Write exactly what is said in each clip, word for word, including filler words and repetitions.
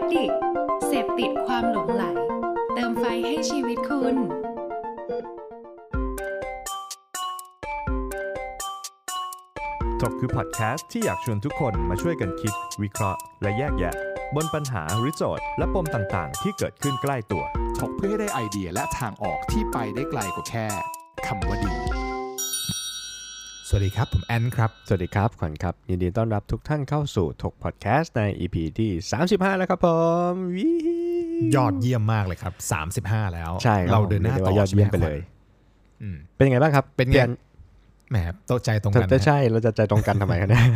ดิกเสพติดความหลงใหลเติมไฟให้ชีวิตคุณถกคือพอดแคสต์ที่อยากชวนทุกคนมาช่วยกันคิดวิเคราะห์และแยกแยะบนปัญหาหรือโจทย์และปมต่างๆที่เกิดขึ้นใกล้ตัวถกเพื่อให้ได้ไอเดียและทางออกที่ไปได้ไกลกว่าแค่คำว่าดีสวัสดีครับผมแอนครับสวัสดีครับขวัญครับยินดีต้อนรับทุกท่านเข้าสู่ถกพอดแคสต์ใน อี พี ที่สามสิบห้าแล้วครับผมยอดเยี่ยมมากเลยครับสามสิบห้าแล้วใช่เราเดินหน้าต่อยอดเยี่ยมไปเลยเป็นยังไงบ้างครับเป็นไงแหมโตใจตรงกันใช่เราจะใจตรงกันทำไมกันเนี่ย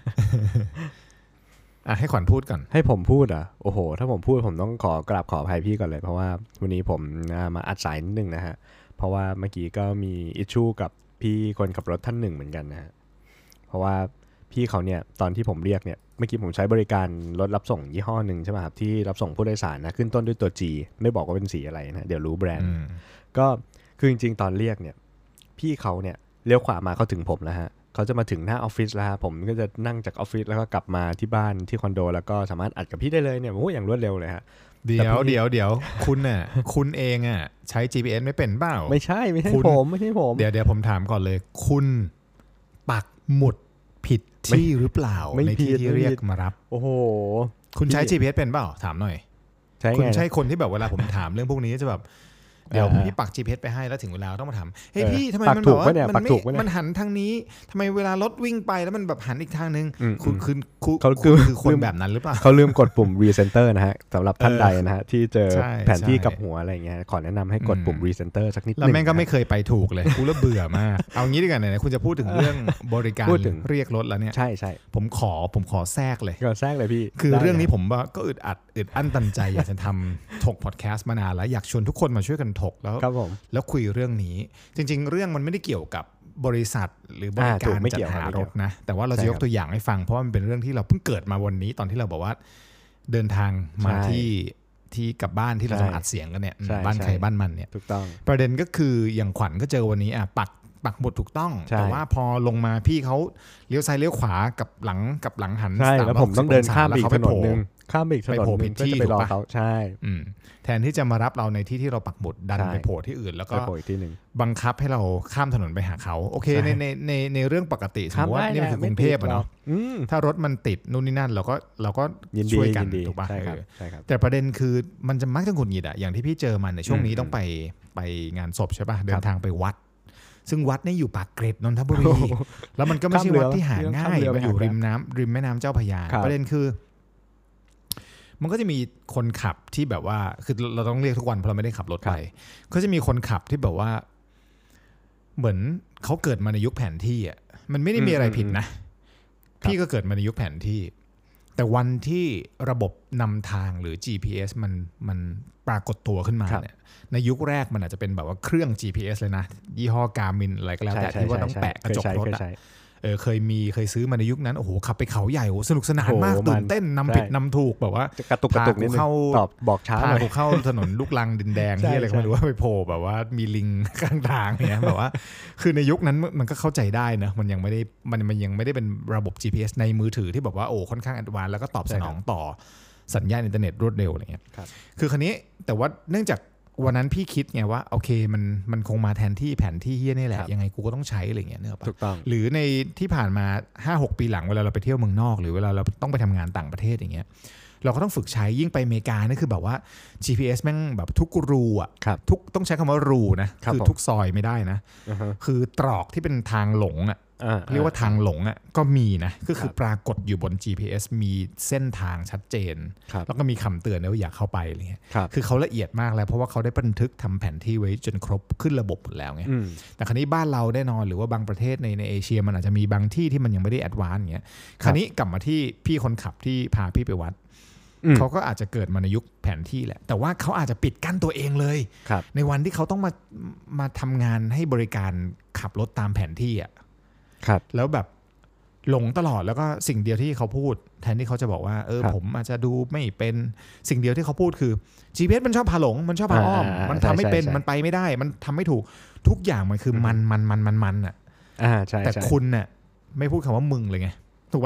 อ่ะให้ขวัญพูดก่อนให้ผมพูดอ่ะโอ้โหถ้าผมพูดผมต้องขอกราบขออภัยพี่ก่อนเลยเพราะว่าวันนี้ผมมาอัดสายนิดนึงนะฮะเพราะว่าเมื่อกี้ก็มีอิชชูกับพี่คนขับรถท่านหนึ่งเหมือนกันนะฮะเพราะว่าพี่เขาเนี่ยตอนที่ผมเรียกเนี่ยเมื่อกี้ผมใช้บริการรถรับส่งยี่ห้อหนึ่งใช่ไหมครับที่รับส่งผู้โดยสารนะขึ้นต้นด้วยตัว G ไม่บอกว่าเป็นสีอะไรนะเดี๋ยวรู้แบรนด์ก็คือจริงๆตอนเรียกเนี่ยพี่เขาเนี่ยเลี้ยวขวามาเขาถึงผมแล้วฮะเขาจะมาถึงหน้าออฟฟิศแล้วผมก็จะนั่งจากออฟฟิศแล้วก็กลับมาที่บ้านที่คอนโดแล้วก็สามารถอัดกับพี่ได้เลยเนี่ยโอ้อย่างรวดเร็วเลยฮะเดี๋ยวเดี๋ยวเดี๋ยวคุณน่ะคุณเองอ่ะใช้ จี พี เอส ไม่เป็นเปล่าไม่ใช่ไม่ใช่ผมไม่ใช่ผมเดี๋ยวเดี๋ยวผมถามก่อนเลยคุณปักหมุดผิดที่หรือเปล่าในที่ที่เรียกมารับโอ้โหคุณใช้ จี พี เอส เป็นเปล่าถามหน่อยคุณใช่คนที่แบบเวลาผมถามเรื่องพวกนี้จะแบบเดี๋ยวพี่ปัก จี พี เอส ไปให้แล้วถึงเวลาต้องมาถามเฮ้ยพี่ทำไมมันบอกว่ามันไม่มันหันทางนี้ทำไมเวลารถวิ่งไปแล้วมันแบบหันอีกทางนึงคือคือเขาคือคนแบบนั้นหรือเปล่าเขาลืมกดปุ่ม Recenter นะฮะสำหรับท่านใดนะฮะที่เจอแผนที่กับหัวอะไรเงี้ยขอแนะนำให้กดปุ่ม Recenter สักนิดนึงแล้วแม่งก็ไม่เคยไปถูกเลยกูเบื่อมากเอางี้ดีกว่าเนี่ยคุณจะพูดถึงเรื่องบริการเรียกรถแล้วเนี่ยใช่ใช่ผมขอผมขอแทรกเลยก็แทรกเลยพี่คือเรื่องนี้ผมก็อึดอัดอึดอั้นตันใจอยากจะทำถกพอดแคสต์มานานแล้วอยากชวนทุกคนมาช่วยกันถกแล้วแล้วคุยเรื่องนี้จริงๆเรื่องมันไม่ได้เกี่ยวกับบริษัทหรือบริการจัดหารถนะแต่ว่าเราจะยกตัวอย่างให้ฟังเพราะมันเป็นเรื่องที่เราเพิ่งเกิดมาวันนี้ตอนที่เราบอกว่าเดินทางมาที่ที่กับบ้านที่เราจะอัดเสียงกันเนี่ยบ้านใครบ้านมันเนี่ยถูกต้องประเด็นก็คืออย่างขวัญก็เจอวันนี้อ่ะปักปักหมุดถูกต้องแต่ว่าพอลงมาพี่เขาเลี้ยวซ้ายเลี้ยวขวากับหลังกับหลังหันใช่แล้วผมต้องเดินข้ามอีกถนนนึงข้ามอีกถนนนึงก็จะไปรอเขาใช่แทนที่จะมารับเราในที่ที่เราปักหมุดดันไปโผล่ที่อื่นแล้วก็บังคับให้เราข้ามถนนไปหาเขาโอเคในในในในเรื่องปกติสมมติว่านี่มันคือกรุงเทพอะเนาะถ้ารถมันติดนู่นนี่นั่นเราก็เราก็ช่วยกันถูกป่ะแต่ประเด็นคือมันจะมักจะหงุดหงิดอะอย่างที่พี่เจอมันในช่วงนี้ต้องไปไปงานศพใช่ป่ะเดินทางไปวัดซึ่งวัดนี่อยู่ปากเกร็ดนนทบุรีแล้วมันก็ไม่ใช่วัดที่หาง่ายมันอยู่ริมน้ำริมแม่น้ำเจ้าพระยาประเด็นคือมันก็จะมีคนขับที่แบบว่าคือเราต้องเรียกทุกวันเพราะเราไม่ได้ขับรถไปก็จะมีคนขับที่แบบว่าเหมือนเขาเกิดมาในยุคแผนที่อ่ะมันไม่ได้มีอะไรผิดนะพี่ก็เกิดมาในยุคแผนที่แต่วันที่ระบบนำทางหรือ จี พี เอส มันมันปรากฏตัวขึ้นมาเนี่ยในยุคแรกมันอาจจะเป็นแบบว่าเครื่อง จี พี เอส เลยนะยี่ห้อ Garmin อะไรก็แล้วแต่ที่ว่าต้องแปะกระจกรถอ่ะเออเคยมีเคยซื้อมาในยุคนั้นโอ้โหขับไปเขาใหญ่โอ้สนุกสนานมากตื่นเต้นนำผิดนำถูกแบบว่ากระตุกกระตุกนิดนึงตอบบอกช้าพากูเข้าถนนลูกลังดินแดงที่อะไรก็ไม่รู้ว่าไปโผล่แบบว่ามีลิงข้างทางเนี่ยแบบว่าคือในยุคนั้นมันก็เข้าใจได้นะมันยังไม่ได้มันมันยังไม่ได้เป็นระบบ จี พี เอส ในมือถือที่แบบว่าโอ้ค่อนข้างแอดวานซ์แล้วก็ตอบสนองต่อสัญญาณอินเทอร์เน็ตรวดเร็วอะไรเงี้ยคือคราวนี้แต่ว่าเนื่องจากวันนั้นพี่คิดไงว่าโอเคมันมันคงมาแทนที่แผนที่เฮี้ยนี่แหละยังไงกูก็ต้องใช้อะไรเงี้ยเนอะป่ะหรือในที่ผ่านมา ห้าหก ปีหลังเวลาเราไปเที่ยวเมืองนอกหรือเวลาเราต้องไปทำงานต่างประเทศอย่างเงี้ยเราก็ต้องฝึกใช้ยิ่งไปอเมริกานี่คือแบบว่า จี พี เอส แม่งแบบทุกรูอ่ะทุกต้องใช้คำว่ารูนะคือทุกซอยไม่ได้นะคือตรอกที่เป็นทางหลงอ่ะเรียกว่าทางหลงอ่ะก็มีนะก็คือปรากฏอยู่บน จี พี เอส มีเส้นทางชัดเจนแล้วก็มีคำเตือนว่าอยากเข้าไปอะไรเงี้ยคือเขาละเอียดมากแล้วเพราะว่าเขาได้บันทึกทำแผนที่ไว้จนครบขึ้นระบบหมดแล้วไงแต่คราวนี้บ้านเราแน่นอนหรือว่าบางประเทศในในเอเชียมันอาจจะมีบางที่ที่มันยังไม่ได้แอดวานซ์เงี้ยคราวนี้กลับมาที่พี่คนขับที่พาพี่ไปวัดเขาก็อาจจะเกิดมาในยุคแผนที่แหละแต่ว่าเขาอาจจะปิดกั้นตัวเองเลยในวันที่เขาต้องมามาทำงานให้บริการขับรถตามแผนที่อ่ะแล้วแบบหลงตลอดแล้วก็สิ่งเดียวที่เขาพูดแทนที่เขาจะบอกว่าเออผมอาจจะดูไม่เป็นสิ่งเดียวที่เขาพูดคือ จี พี เอส มันชอบพาหลงมันชอบพาอ้อมมันทำไม่เป็นมันไปไม่ได้มันทำไม่ถูกทุกอย่างมันคือมันมันมันมันมันอ่ะแต่คุณน่ะไม่พูดคำว่ามึงเลยไงถูกป่ะ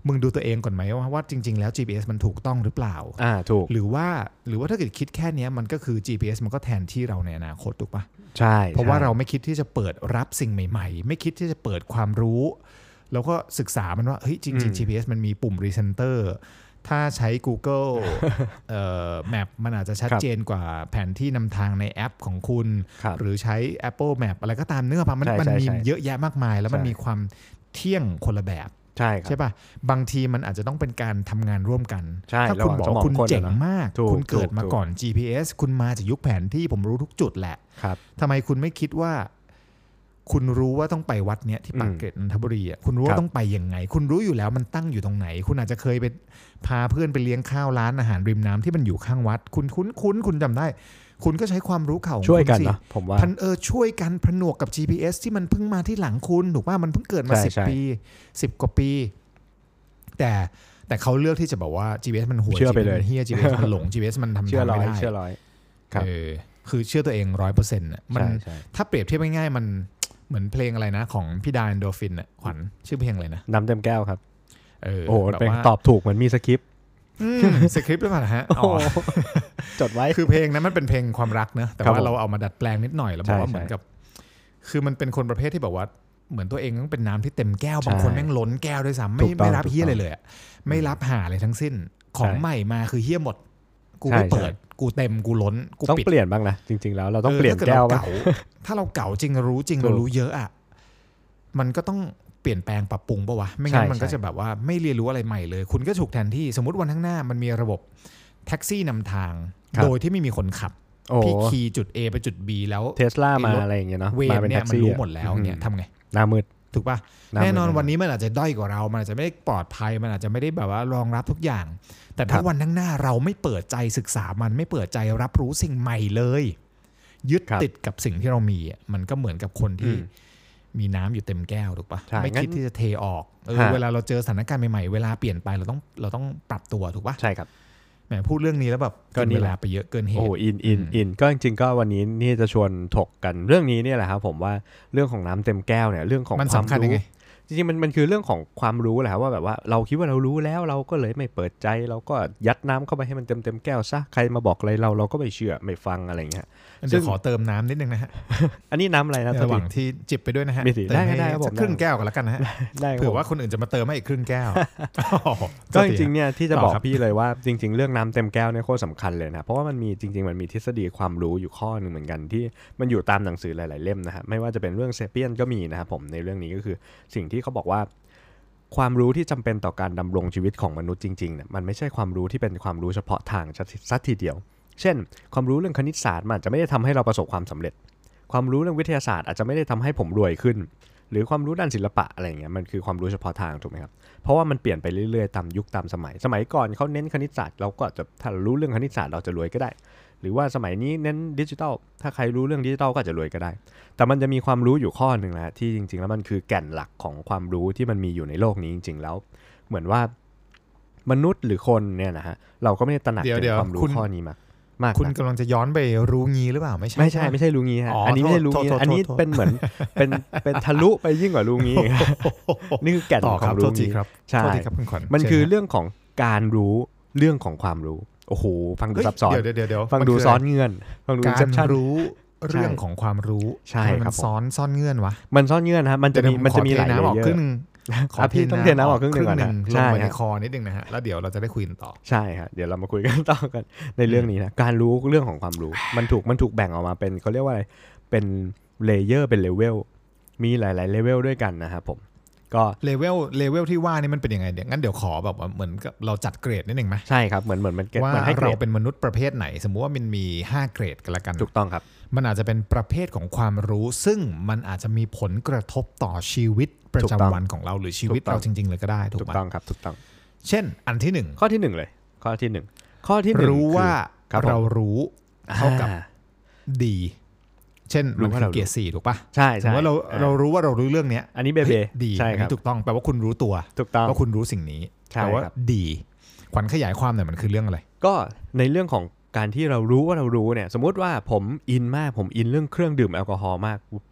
มึงดูตัวเองก่อนไหมว่าว่าจริงๆแล้ว จี พี เอส มันถูกต้องหรือเปล่าอ่าถูกหรือว่าหรือว่าถ้าเกิดคิดแค่นี้มันก็คือ จี พี เอส มันก็แทนที่เราในอนาคตถูกปะใช่เพราะว่าเราไม่คิดที่จะเปิดรับสิ่งใหม่ๆไม่คิดที่จะเปิดความรู้แล้วก็ศึกษามันว่าเฮ้ยจริงๆ จี พี เอส มันมีปุ่ม Recenter ถ้าใช้ Google เอ่อ Map มันอาจจะชัดเจนกว่าแผนที่นำทางในแอปของคุณหรือใช้ Apple Map อะไรก็ตามเนื้อปะมันมันมีเยอะแยะมากมายแล้วมันมีความเที่ยงคนละแบบใช่ใช่ป่ะบางทีมันอาจจะต้องเป็นการทำงานร่วมกันถ้าคุณบอกคุณเจ๋งมากคุณเกิดมาก่อน จี พี เอส คุณมาจากยุคแผนที่ผมรู้ทุกจุดแหละทำไมคุณไม่คิดว่าคุณรู้ว่าต้องไปวัดเนี้ยที่ปากเกร็ดนนทบุรีอ่ะคุณรู้ว่าต้องไปยังไงคุณรู้อยู่แล้วมันตั้งอยู่ตรงไหนคุณอาจจะเคยไปพาเพื่อนไปเลี้ยงข้าวร้านอาหารริมน้ำที่มันอยู่ข้างวัดคุณคุ้นคุ้นคุณจำได้คุณก็ใช้ความรู้เขาช่วยกันนะผมว่าพันเออช่วยกันผนวกกับ จี พี เอส ที่มันเพิ่งมาที่หลังคุณถูกป่ะมันเพิ่งเกิดมาสิบปีสิบกว่าปีแต่แต่เขาเลือกที่จะบอกว่า จี พี เอส มันหัวเชื่อไปเลยเฮีย จี พี เอส มันหลง จี พี เอส มันทำไม่ได้เชื่อร้อยเออคือเชื่อตัวเอง ร้อยเปอร์เซ็นต์ น่ะมันถ้าเปรียบเทียบง่ายๆมันเหมือนเพลงอะไรนะของพี่ดา Endorphin น่ะขวัญชื่อเพลงอะไรนะน้ำเต็มแก้วครับเออโอ้เป็นตอบถูกเหมือนมีสคริปต์สคริปต์หรือเปล่าฮะอ๋อจดไว้คือเพลงนั้นมันเป็นเพลงความรักเนอะแต่ว่าเราเอามาดัดแปลงนิดหน่อยแล้วบอกว่าเหมือนกับคือมันเป็นคนประเภทที่แบบว่าเหมือนตัวเองต้องเป็นน้ำที่เต็มแก้วบางคนแม่งล้นแก้วด้วยซ้ำไม่ไม่รับเฮี้ยอะไรเลยไม่รับหาอะไรทั้งสิ้นของใหม่มาคือเฮี้ยหมดกูไม่เปิดกูเต็มกูล้นกูต้องเปลี่ยนบ้างนะจริงๆแล้วเราต้องเปลี่ยนแก้วบ้างถ้าเราเก่าจริงรู้จริงเรารู้เยอะอ่ะมันก็ต้องเปลี่ยนแปลงปรับปรุงป่ะวะไม่งั้นมันก็จะแบบว่าไม่เรียนรู้อะไรใหม่เลยคุณก็ถูกแทนที่สมมติวันข้างหน้ามันมีระบบแท็กซี่นำทางโดยที่ไม่มีคนขับพี่คีย์จุด A ไปจุด B แล้ว Tesla มาอะไรอย่างเงี้ยเนาะมาเป็นแท็กซี่มันรู้หมดแล้วเนี่ยทำไงหน้ามืดถูกป่ะแน่นอนวันนี้มันอาจจะด้อยกว่าเรามันอาจจะไม่ได้ปลอดภัยมันอาจจะไม่ได้แบบว่ารองรับทุกอย่างแต่ถ้าวันข้างหน้าเราไม่เปิดใจศึกษามันไม่เปิดใจรับรู้สิ่งใหม่เลยยึดติดกับสิ่งที่เรามีมันก็เหมือนกับคนที่มีน้ำอยู่เต็มแก้วถูกปะไม่คิดที่จะเทออกเออเวลาเราเจอสถานการณ์ใหม่ๆเวลาเปลี่ยนไปเราต้องเราต้องปรับตัวถูกปะใช่ครับแหมพูดเรื่องนี้แล้วแบบก็เวลาไปเยอะเกินเหตุโอ้อินอินอินก็จริงๆก็วันนี้นี่จะชวนถกกันเรื่องนี้เนี่ยแหละครับผมว่าเรื่องของน้ำเต็มแก้วเนี่ยเรื่องของความรู้จริงๆมันมันคือเรื่องของความรู้แหละว่าแบบว่าเราคิดว่าเรารู้แล้วเราก็เลยไม่เปิดใจเราก็ยัดน้ำเข้าไปให้มันเต็มเต็มแก้วซะใครมาบอกอะไรเราเราก็ไม่เชื่อไม่ฟังอะไรเงี้ยซึ่งขอเติมน้ำนิดนึงนะฮะอันนี้น้ำอะไรนะระหว่างที่จิบไปด้วยนะฮะได้ได้ครับผมครึ่งแก้วกันแล้วกันนะฮะเผื่อว่าคนอื่นจะมาเติมให้อีกครึ่งแก้วก็จริงๆเนี่ยที่จะบอกพี่เลยว่าจริงๆเรื่องน้ำเต็มแก้วเนี่ยโคตรสำคัญเลยนะเพราะว่ามันมีจริงๆมันมีทฤษฎีความรู้อยู่ข้อนึงเหมือนกันที่มันอยู่ตามหนังสือหลายๆเล่มนะฮะไม่ว่าจะเป็นเรื่องเซเปียนก็มีนะครับผมในเรื่องนี้ก็คือสิ่งที่เขาบอกว่าความรู้ที่จำเป็นต่อการดำรงชีวิตของมนุษย์จริงๆเนี่ยมันไม่ใช่ความรู้ที่เป็นความรู้เฉพาะทางสักทีเดียวเช่นความรู้เรื่องคณิตศาสตร์มันจะไม่ได้ทำให้เราประสบความสำเร็จความรู้เรื่องวิทยาศาสตร์อาจจะไม่ได้ทำให้ผมรวยขึ้นหรือความรู้ด้านศิลปะอะไรเงี้ยมันคือความรู้เฉพาะทางถูกไหมครับเพราะว่ามันเปลี่ยนไปเรื่อยๆตามยุคตามสมัยสมัยก่อนเขาเน้นคณิตศาสตร์เราก็จะถ้ารู้เรื่องคณิตศาสตร์เราจะรวยก็ได้หรือว่าสมัยนี้เน้นดิจิทัลถ้าใครรู้เรื่องดิจิทัลก็จะรวยก็ได้แต่มันจะมีความรู้อยู่ข้อนึงนะที่จริงๆแล้วมันคือแก่นหลักของความรู้ที่มันมีอยู่ในโลกนี้จริงๆแล้วเหมือนว่ามนุษย์หรือคนเนี่ยนะฮะเราก็ไม่ได้ตระหนักถึงความรู้ข้อนี้มากมากคุณกำลังจะย้อนไปรู้งี้หรือเปล่าไม่ใช่ไม่ใช่ไม่ใช่รู้งี้ฮะอันนี้ไม่ใช่รู้งี้อันนี้เป็นเหมือนเป็นเป็นทะลุไปยิ่งกว่ารู้งี้นี่คือแก่นของความรู้งี้ใช่มันคือเรื่องของการรู้เรื่องของความรู้โอ้โหฟังดูซับซ้อนฟังดูซ้อนเงื่อนฟังดูการรู้เรื่องของความรู้ใช่ครับซ้อนซ่อนเงื่อนวะมันซ่อนเงื่อนฮะมันจะมีมันจะมีหลายเลเยอร์ขอพี่ต้องเทน้ำออกครึ่งนึงก่อนนะใช่ในคอนิดนึงนะฮะแล้วเดี๋ยวเราจะได้คุยกันต่อใช่ครับเดี๋ยวเรามาคุยกันต่อกันในเรื่องนี้นะการรู้เรื่องของความรู้มันถูกมันถูกแบ่งออกมาเป็นเขาเรียกว่าอะไรเป็นเลเยอร์เป็นเลเวลมีหลายๆเลเวลด้วยกันนะครับผมก็เลเวลเลเวลที่ว่านี่มันเป็นยังไงเดี๋ยวงั้นเดี๋ยวขอแบบว่าเหมือนกับเราจัดเกรดนิดนึงไหมใช่ครับเหมือนเหมือนมันว่าเราเป็นมนุษย์ประเภทไหนสมมุติว่ามันมีห้าเกรดกันละกันถูกต้องครับมันอาจจะเป็นประเภทของความรู้ซึ่งมันอาจจะมีผลกระทบต่อชีวิตประจำวันของเราหรือชีวิตเราจริงๆเลยก็ได้ถูกไหมถูกต้องครับถูกต้องเช่นอันที่หนึ่งข้อที่หนึ่งเลยข้อที่หนึ่งข้อที่หนึ่งรู้ว่าเรารู้เท่ากับดีเช่นมันคือเกียร์สี่ถูกปะใช่สมมติว่าเราเรารู้ว่าเรารู้เรื่องนี้อันนี้เบเบดีใช่ครับถูกต้องแปลว่าคุณรู้ตัวถูกต้องว่าคุณรู้สิ่งนี้แต่ว่าดีขวัญขยายความหน่อยมันคือเรื่องอะไรก็ในเรื่องของการที่เรารู้ว่าเรารู้เนี่ยสมมุติว่าผมอินมากผมอินเรื่องเครื่องดื่มแอลกอฮอล์มาก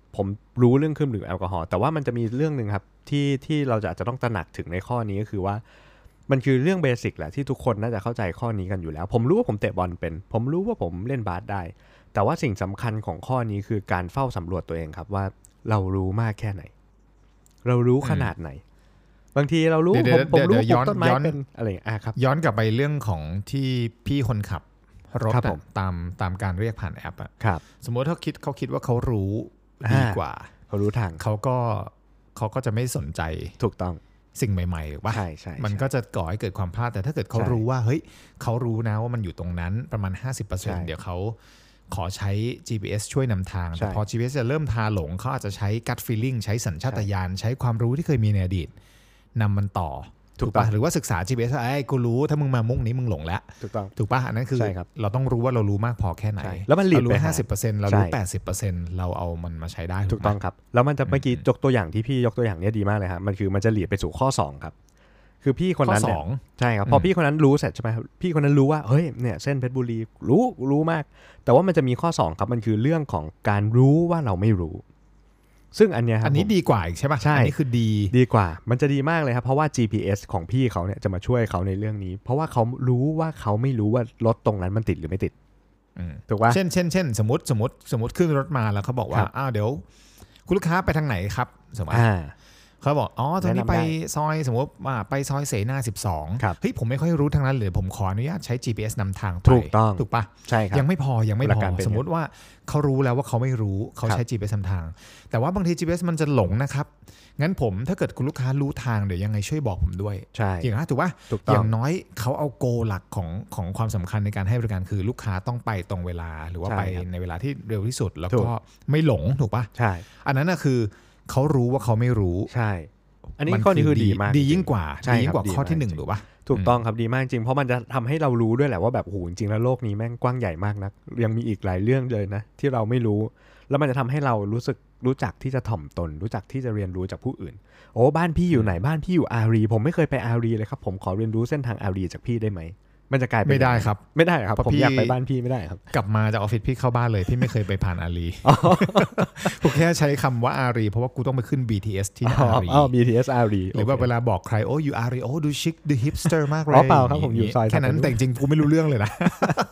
ผมรู้เรื่องเครื่องดื่มแอลกอฮอล์แต่ว่ามันจะมีเรื่องนึงครับที่ที่เราจะอาจจะต้องตระหนักถึงในข้อนี้ก็คือว่ามันคือเรื่องเบสิกแหละที่ทุกคนน่าจะเข้าใจข้อนี้กันอยู่แล้วผมรู้ว่าผมเตะบอลเป็นผมรู้ว่าผมเล่นบาสได้แต่ว่าสิ่งสำคัญของข้อนี้คือการเฝ้าสำรวจตัวเองครับว่าเรารู้มากแค่ไหนเรารู้ขนาดไหนบางทีเรารู้ผมผมรู้ปลูกต้นไม้เป็นอะไรอ่ะครับย้อนกลับไปเรื่องของที่พี่คนขับรถตามตามการเรียกผ่านแอปอะสมมติเขาคิดเขาคิดว่าเขารู้ดีกว่าเขารู้ทางเขาก็เขาก็จะไม่สนใจถูกต้องสิ่งใหม่ๆว่าใช่ใช่มันก็จะก่อให้เกิดความพลาดแต่ถ้าเกิดเขารู้ว่าเฮ้ยเขารู้นะว่ามันอยู่ตรงนั้นประมาณ ห้าสิบเปอร์เซ็นต์ เดี๋ยวเขาขอใช้ จี พี เอส ช่วยนำทางแต่พอ จี พี เอส จะเริ่มพาหลงเขาอาจจะใช้ gut feeling ใช้สัญชาตญาณใช้ความรู้ที่เคยมีในอดีตนำมันต่อถูกป่ะหรือว่าศึกษา จี พี เอส ไอ้กูรู้ถ้ามึงมามุ่งนี้มึงหลงแล้วถูกต้องถูกป่ะอันนั้นคือเราต้องรู้ว่าเรารู้มากพอแค่ไหนแล้วมันหลีดไป ห้าสิบเปอร์เซ็นต์ เรารู้ แปดสิบเปอร์เซ็นต์ เราเอามันมาใช้ได้ถูกต้องครับแล้วมันจะเมื่อกี้ยกตัวอย่างที่พี่ยกตัวอย่างนี้ดีมากเลยครับมันคือมันจะหลีดไปสู่ข้อสองครับคือพี่คนนั้นเนี่ยใช่ครับพอพี่คนนั้นรู้เสร็จใช่ไหมครับพี่คนนั้นรู้ว่าเฮ้ยเนี่ยเส้นเพชรบุรีรู้รู้มากแต่ว่ามันจะมีข้อสองครับมันคือเรื่องของการรู้ว่าเราไม่รู้ซึ่งอันเนี้ยครับอันนี้ดีกว่าอีกใช่ป่ะอันนี้คือดีดีกว่ามันจะดีมากเลยครับเพราะว่า จี พี เอส ของพี่เขาเนี่ยจะมาช่วยเขาในเรื่องนี้เพราะว่าเขารู้ว่าเขาไม่รู้ว่ารถตรงนั้นมันติดหรือไม่ติดถูกป่ะเช่นเช่นเช่นสมมติสมมติสมมติขึ้นรถมาแล้วเขาบอกว่าอ้าวเดี๋ยวคุณลูกค้าไปทางไหนครับสมมติเขาบอกอ๋อตรงนี้ไปซอยสมมติว่าไปซอยเสนาสิบสองเฮ้ยผมไม่ค่อยรู้ทางนั้นเลยผมขออนุญาตใช้ จี พี เอส นำทางไปถูกต้องถูกปะใช่ครับยังไม่พอยังไม่พอสมมติว่าเขารู้แล้วว่าเขาไม่รู้เขาใช้ จี พี เอส นำทางแต่ว่าบางที จี พี เอส มันจะหลงนะครับงั้นผมถ้าเกิดคุณลูกค้ารู้ทางเดี๋ยวยังไงช่วยบอกผมด้วยใช่อย่างนั้นถูกปะอย่างน้อยเขาเอาโกหลักของของความสำคัญในการให้บริการคือลูกค้าต้องไปตรงเวลาหรือว่าไปในเวลาที่เร็วที่สุดแล้วก็ไม่หลงถูกปะใช่อันนั้นน่ะคือเขารู้ว่าเขาไม่รู้ใช่อันนี้ข้อนี้คือดีมากดียิ่งกว่าดียิ่งกว่าข้อที่หนึ่งถูกป่ะถูกต้องครับดีมากจริงเพราะมันจะทำให้เรารู้ด้วยแหละว่าแบบโอ้โหจริงๆแล้วโลกนี้แม่งกว้างใหญ่มากนะยังมีอีกหลายเรื่องเลยนะที่เราไม่รู้แล้วมันจะทำให้เรารู้สึกรู้จักที่จะถ่อมตนรู้จักที่จะเรียนรู้จากผู้อื่นโอ้บ้านพี่อยู่ไหนบ้านพี่อยู่อารีผมไม่เคยไปอารีเลยครับผมขอเรียนรู้เส้นทางอารีจากพี่ได้ไหมมันจะกลายเป็นไม่ได้ครับไม่ได้ครับผมอยากไปบ้านพี่ไม่ได้ครับกลับมาจากออฟฟิศพี่เข้าบ้านเลยพี่ไม่เคยไปผ่านอารีผมแค่ใช้คำว่าอารีเพราะว่ากูต้องไปขึ้น บี ที เอส ที่อารีอ๋อ บี ที เอส อารีหรือว่าเวลาบอกใครโอ้อยู่อารีโอ้ดูชิคดูฮิปสเตอร์มากเลยอ๋อเปล่าครับผมอยู่ซอยแค่นั้นแต่จริงกูไม่รู้เรื่องเลยนะ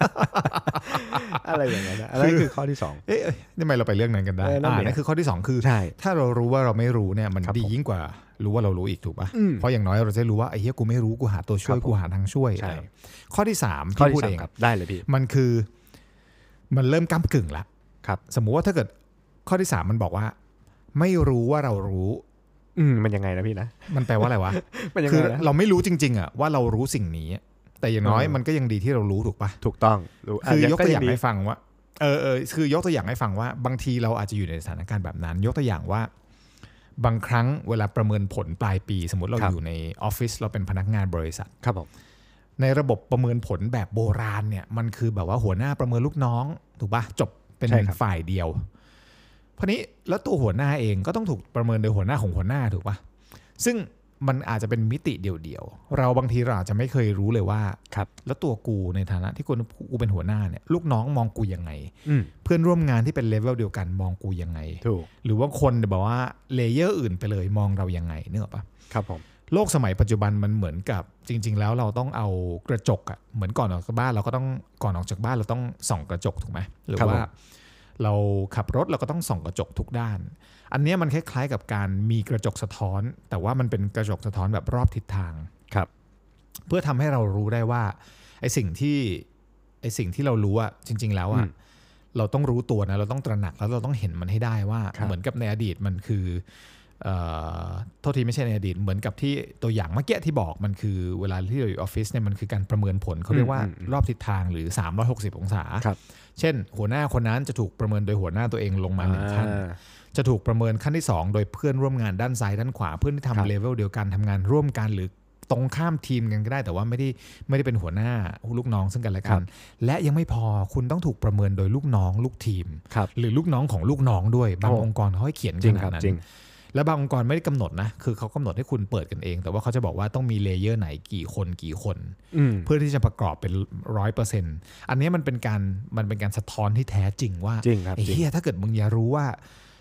อะไรอย่างเงี้ยนะอะไรคือข้อที่สองเอ๊ะทำไมเราไปเรื่องนั้นกันได้อ่านั่นคือข้อที่สองคือถ้าเรารู้ว่าเราไม่รู้เนี่ยมันดียิ่งกว่ารู้ว่าเรารู้อีกถูกป่ะเพราะอย่างน้อยเราจะรู้ว่าไอ้เหี้ยกูไม่รู้กูหาตัวช่วยกูหาทางช่วยข้อที่สามที่พูดเองได้เลยพี่มันคือมันเริ่มก้ำกึ่งละครับสมมุติว่าถ้าเกิดข้อที่สามมันบอกว่าไม่รู้ว่าเรารู้อืมมันยังไงนะพี่นะมันแปลว่าอะไรวะคือเราไม่รู้จริงๆอ่ะว่าเรารู้สิ่งนี้แต่อย่างน้อยมันก็ยังดีที่เรารู้ถูกป่ะถูกต้องคือยกตัวอย่างให้ฟังว่าเออเออคือยกตัวอย่างให้ฟังว่าบางทีเราอาจจะอยู่ในสถานการณ์แบบนั้นยกตัวอย่างว่าบางครั้งเวลาประเมินผลปลายปีสมมติเราอยู่ในออฟฟิศเราเป็นพนักงานบริษัทครับผมในระบบประเมินผลแบบโบราณเนี่ยมันคือแบบว่าหัวหน้าประเมินลูกน้องถูกป่ะจบเป็นฝ่ายเดียวเพราะนี้แล้วตัวหัวหน้าเองก็ต้องถูกประเมินโดยหัวหน้าของหัวหน้าถูกป่ะซึ่งมันอาจจะเป็นมิติเดียวๆเราบางทีเราอาจจะไม่เคยรู้เลยว่าแล้วตัวกูในฐานะที่กูกูเป็นหัวหน้าเนี่ยลูกน้องมองกูยังไงเพื่อนร่วมงานที่เป็นเลเวลเดียวกันมองกูยังไงหรือว่าคนแบบว่าเลเยอร์อื่นไปเลยมองเรายังไงเนอะป่ะครับผมโลกสมัยปัจจุบันมันเหมือนกับจริงๆแล้วเราต้องเอากระจกอะเหมือนก่อนออกจากบ้านเราก็ต้องก่อนออกจากบ้านเราต้องส่องกระจกถูกไหมหรือว่าเราขับรถเราก็ต้องส่องกระจกทุกด้านอันนี้มันคล้ายๆกับการมีกระจกสะท้อนแต่ว่ามันเป็นกระจกสะท้อนแบบรอบทิศทางครับเพื่อทำให้เรารู้ได้ว่าไอ้สิ่งที่ไอ้สิ่งที่เรารู้อะจริงๆแล้วอะเราต้องรู้ตัวนะเราต้องตระหนักแล้วเราต้องเห็นมันให้ได้ว่าเหมือนกับในอดีตมันคือโทษทีไม่ใช่ในอดีตเหมือนกับที่ตัวอย่างเมื่อกี้ที่บอกมันคือเวลาที่เราอยู่ออฟฟิศเนี่ยมันคือการประเมินผลเขาเรียกว่ารอบทิศทางหรือสามร้อยหกสิบองศาเช่นหัวหน้าคนนั้นจะถูกประเมินโดยหัวหน้าตัวเองลงมาหนึ่งขั้นจะถูกประเมินขั้นที่สองโดยเพื่อนร่วมงานด้านซ้ายด้านขวาเพื่อนที่ทำเลเวลเดียวกันทำงานร่วมกันหรือตรงข้ามทีมกันก็ได้แต่ว่าไม่ได้ไม่ได้เป็นหัวหน้าลูกน้องซึ่งกันและกันและยังไม่พอคุณต้องถูกประเมินโดยลูกน้องลูกทีมหรือลูกน้องของลูกน้องด้วยบางองค์กรเขาให้เขียนขนาดนั้นและบางองค์กรไม่ได้กำหนดนะคือเขากำหนดให้คุณเปิดกันเองแต่ว่าเขาจะบอกว่าต้องมีเลเยอร์ไหนกี่คนกี่คนเพื่อที่จะประกอบเป็นร้อยเปอร์เซ็นต์อันนี้มันเป็นการมันเป็นการสะท้อนที่แท้จริงว่าไอ้เหี้ยถ้าเกิดมึงอยากรู้ว่า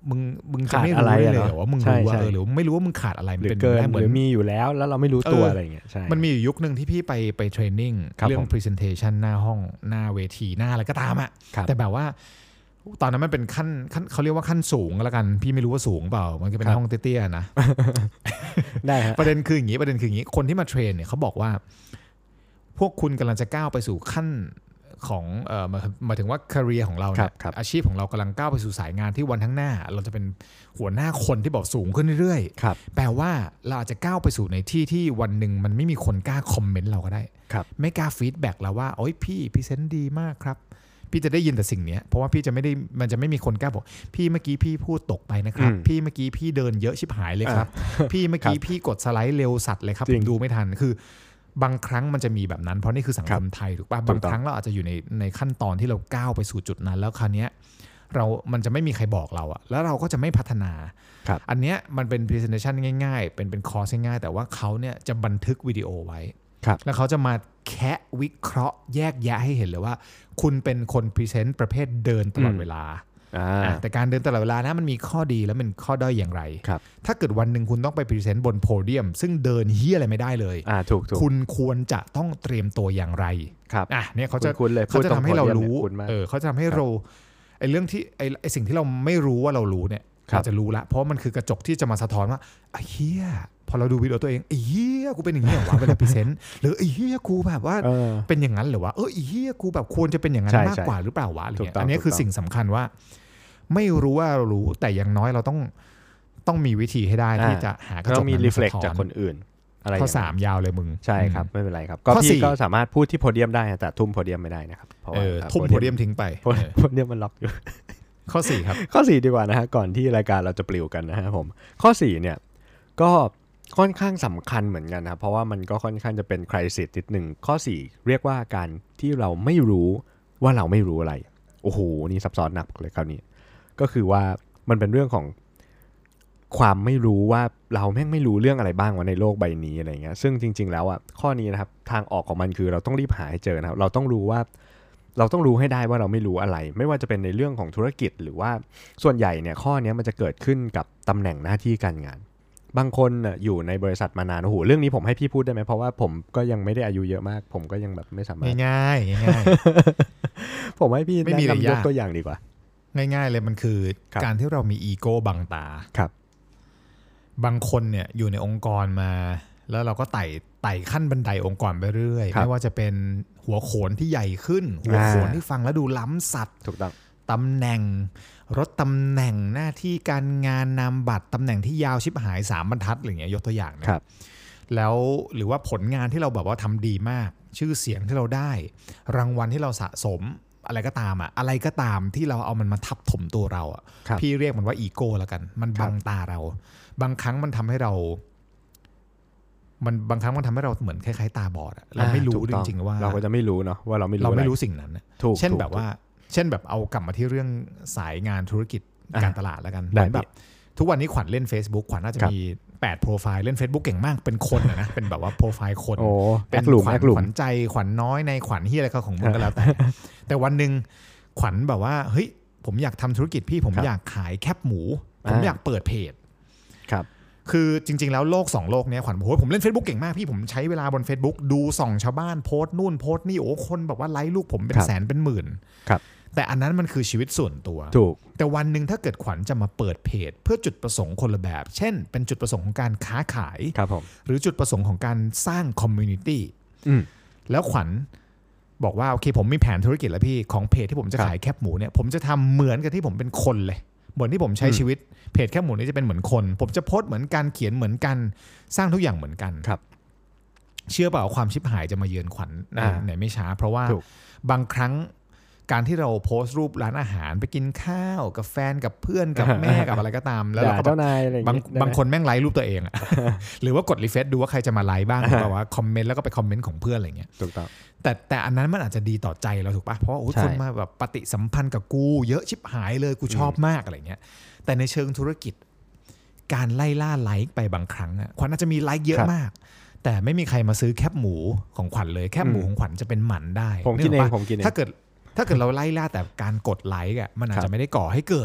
มึงมึงจะไม่รู้เลยเหรอว่ามึงรู้ว่าเออหรือไม่รู้ว่ามึงขาดอะไรมันเป็นได้เหมือนมีอยู่แล้วแล้วเราไม่รู้ตัวอะไรอย่างเงี้ยใช่มันมีอยู่ยุคนึงที่พี่ไปไปเทรนนิ่งเรื่อง presentation หน้าห้องหน้าเวทีหน้าอะไรก็ตามอ่ะแต่แบบว่าตอนนั้นมันเป็นขั้นขั้นเขาเรียกว่าขั้นสูงแล้วกันพี่ไม่รู้ว่าสูงเปล่ามันก็เป็นห้องเตี้ยๆนะได้ฮะประเด็นคืออย่างนี้ประเด็นคืออย่างนี้คนที่มาเทรนเนี่ยเขาบอกว่าพวกคุณกำลังจะก้าวไปสู่ขั้นของเอ่อหมายถึงว่า career ของเราเนี่ยอาชีพของเรากำลังก้าวไปสู่สายงานที่วันข้างหน้าเราจะเป็นหัวหน้าคนที่บอกสูงขึ้นเรื่อยๆแปลว่าเราอาจจะก้าวไปสู่ในที่ที่วันหนึ่งมันไม่มีคนกล้าคอมเมนต์เราก็ได้ไม่กล้าฟีดแบ็กเราว่าโอ๊ยพี่พรีเซนต์ดีมากครับพี่จะได้ยินแต่สิ่งนี้เพราะว่าพี่จะไม่ได้มันจะไม่มีคนกล้าบอกพี่เมื่อกี้พี่พูดตกไปนะครับพี่เมื่อกี้พี่เดินเยอะชิบหายเลยครับพี่เมื่อกี้พี่กดสไลด์เร็วสัตว์เลยครับผมดูไม่ทันคือบางครั้งมันจะมีแบบนั้นเพราะนี่คือสังคมไทยถูกป่ะบางครั้งเราอาจจะอยู่ในในขั้นตอนที่เราก้าวไปสู่จุดนั้นแล้วคราวนี้เรามันจะไม่มีใครบอกเราอะแล้วเราก็จะไม่พัฒนาอันเนี้ยมันเป็น presentation ง่ายๆเป็นเป็นคอร์สง่ายๆแต่ว่าเขาเนี่ยจะบันทึกวิดีโอไว้แล้วเขาจะมาแคะวิเคราะห์แยกแยะให้เห็นเลยว่าคุณเป็นคนพรีเซนต์ประเภทเดินตลอดเวลาแต่การเดินตลอดเวลานะมันมีข้อดีและมันข้อด้อยอย่างไรถ้าเกิดวันหนึ่งคุณต้องไปพรีเซนต์บนโพเดียมซึ่งเดินเฮี้ยอะไรไม่ได้เลยคุณควรจะต้องเตรียมตัวอย่างไรอ่ะเนี่ยเขาจะเขาจะทำให้เรารู้เออเขาจะทำให้เราไอ้เรื่องที่ไอ้ไอ้สิ่งที่เราไม่รู้ว่าเรารู้เนี่ยเราจะรู้ละเพราะมันคือกระจกที่จะมาสะท้อนว่าไอ้เฮี้ยพอเราดูวิดีโอตัวเองไอ้เฮี้ยกูเป็นอย่างนี้เหรอวะเวลาพรีเซนต์หรือไอ้เฮี้ยกูแบบว่าเป็นอย่างนั้นเหรอวะเออไอ้เฮี้ยกูแบบควรจะเป็นอย่างนั้นมากกว่าหรือเปล่าวะอะไรเงี้ยอันนี้คือสิ่งสำคัญว่าไม่รู้ว่าเรารู้แต่อย่างน้อยเราต้องต้องมีวิธีให้ได้ที่จะหากระจกนั้นมาสะท้อนจากคนอื่นอะไรข้อสามยาวเลยมึงใช่ครับไม่เป็นไรครับก็พี่ก็สามารถพูดที่โพเดียมได้แต่ทุ่มโพเดียมไม่ได้นะครับเพราะว่าทุ่มโพเดียมทิ้งไปโพเดียมมันล็อกอยู่ข้อสี่ครับข้อสี่ดีกว่านะฮะก่อนที่รายการเราจะปลิวกันนะฮะผมข้อสี่เนี่ยก็ค่อนข้างสำคัญเหมือนกันนะเพราะว่ามันก็ค่อนข้างจะเป็นไครซิสนิดหนึ่งข้อสี่เรียกว่าการที่เราไม่รู้ว่าเราไม่รู้อะไรโอ้โหนี่ซับซ้อนหนักเลยคราวนี้ก็คือว่ามันเป็นเรื่องของความไม่รู้ว่าเราแม่งไม่รู้เรื่องอะไรบ้างวะในโลกใบนี้อะไรเงี้ยซึ่งจริงๆแล้วอ่ะข้อนี้นะครับทางออกของมันคือเราต้องรีบหาให้เจอนะครับเราต้องรู้ว่าเราต้องรู้ให้ได้ว่าเราไม่รู้อะไรไม่ว่าจะเป็นในเรื่องของธุรกิจหรือว่าส่วนใหญ่เนี่ยข้อนี้มันจะเกิดขึ้นกับตำแหน่งหน้าที่การงานบางคนอยู่ในบริษัทมานานโอ้โหเรื่องนี้ผมให้พี่พูดได้ไหมเพราะว่าผมก็ยังไม่ได้อายุเยอะมากผมก็ยังแบบไม่สามารถง่ายๆง่ายๆผมให้พี่แนะนำยกตัวอย่างดีกว่าง่ายๆเลยมันคือการที่เรามีอีโก้บังตาครับบางคนเนี่ยอยู่ในองค์กรมาแล้วเราก็ไต่ไต่ขั้นบันไดองค์กรไปเรื่อยไม่ว่าจะเป็นหัวโขนที่ใหญ่ขึ้นหัวโขนที่ฟังแล้วดูล้ำสัตว์ถูกต้องตำแหน่งรถตำแหน่งหน้าที่การงานนามบัตรตำแหน่งที่ยาวชิบหายสามบรรทัดอะไรอย่างเงี้ยยกตัวอย่างนะครับแล้วหรือว่าผลงานที่เราแบบว่าทำดีมากชื่อเสียงที่เราได้รางวัลที่เราสะสมอะไรก็ตามอ่ะอะไรก็ตามที่เราเอามันมาทับถมตัวเราอ่ะพี่เรียกมันว่าอีโก้แล้วกันมันบังตาเราบางครั้งมันทำให้เรามันบางครั้งมันทำให้เราเหมือนคล้ายๆตาบอดอ่ะเราไม่รู้จริงๆว่าเราก็จะไม่รู้เนาะว่าเราไม่รู้เราไม่รู้สิ่งนั้นเช่นแบบว่าเช่นแบบเอากลับมาที่เรื่องสายงานธุรกิจการตลาดแล้วกันแบบทุกวันนี้ขวัญเล่น Facebook ขวัญน่าจะมีแปดโปรไฟล์เล่น Facebook เก่งมากเป็นคนนะ เป็นแบบว่าโปรไฟล์คนเป็นขวัญขวัญใจขวัญน้อยในขวัญที่อะไรก็ของมึงก็แล้วแต่แต่วันนึงขวัญแบบว่าเฮ้ยผมอยากทำธุรกิจพี่ผมอยากขายแคบหมูผมอยากเปิดเพจครับคือจริงๆแล้วโลกสองโลกนี้ขวัญโอ้ยผมเล่น Facebook เก่งมากพี่ผมใช้เวลาบน Facebook ดูส่องชาวบ้านโพสต์นู่นโพสต์นี่โอ้คนแบบว่าไลค์ลูกผมเป็นแสนเป็นหมื่นแต่อันนั้นมันคือชีวิตส่วนตัวถูกแต่วันหนึ่งถ้าเกิดขวัญจะมาเปิดเพจเพื่อจุดประสงค์คนละแบบเช่นเป็นจุดประสงค์ของการค้าขายหรือจุดประสงค์ของการสร้างคอมมูนิตี้แล้วขวัญบอกว่าโอเคผมมีแผนธุรกิจแล้วพี่ของเพจที่ผมจะขายแคบหมูเนี่ยผมจะทำเหมือนกับที่ผมเป็นคนเลยเหมือนที่ผมใช้ชีวิตเพจแคบหมูนี่จะเป็นเหมือนคนผมจะโพสต์เหมือนกันเขียนเหมือนกันสร้างทุกอย่างเหมือนกันครับเชื่อเปล่าความชิบหายจะมาเยือนขวัญในไม่ช้าเพราะว่าบางครั้งการที่เราโพสต์รูปร้านอาหารไปกินข้าวกับแฟนกับเพื่อนกับแม่กับอะไรก็ตามแล้วเราก็แบบบางบางคนแม่งไลค์รูปตัวเองอะหรือว่ากดรีเฟรชดูว่าใครจะมาไลค์บ้างแบบว่าคอมเมนต์แล้วก็ไปคอมเมนต์ของเพื่อนอะไรเงี้ยถูกต้องแต่แต่อันนั้นมันอาจจะดีต่อใจเราถูกป่ะเพราะว่าคนมาแบบปฏิสัมพันธ์กับกูเยอะชิบหายเลยกูชอบมากอะไรเงี้ยแต่ในเชิงธุรกิจการไล่ล่าไลค์ไปบางครั้งอะขวัญอาจจะมีไลค์เยอะมากแต่ไม่มีใครมาซื้อแคบหมูของขวัญเลยแคบหมูของขวัญจะเป็นหมันได้ผมกินเองผมกินเองถ้าเกิดถ้าเกิดเราไล่ล่าแต่การกดไลค์อ่ะมันอาจจะไม่ได้ก่อให้เกิด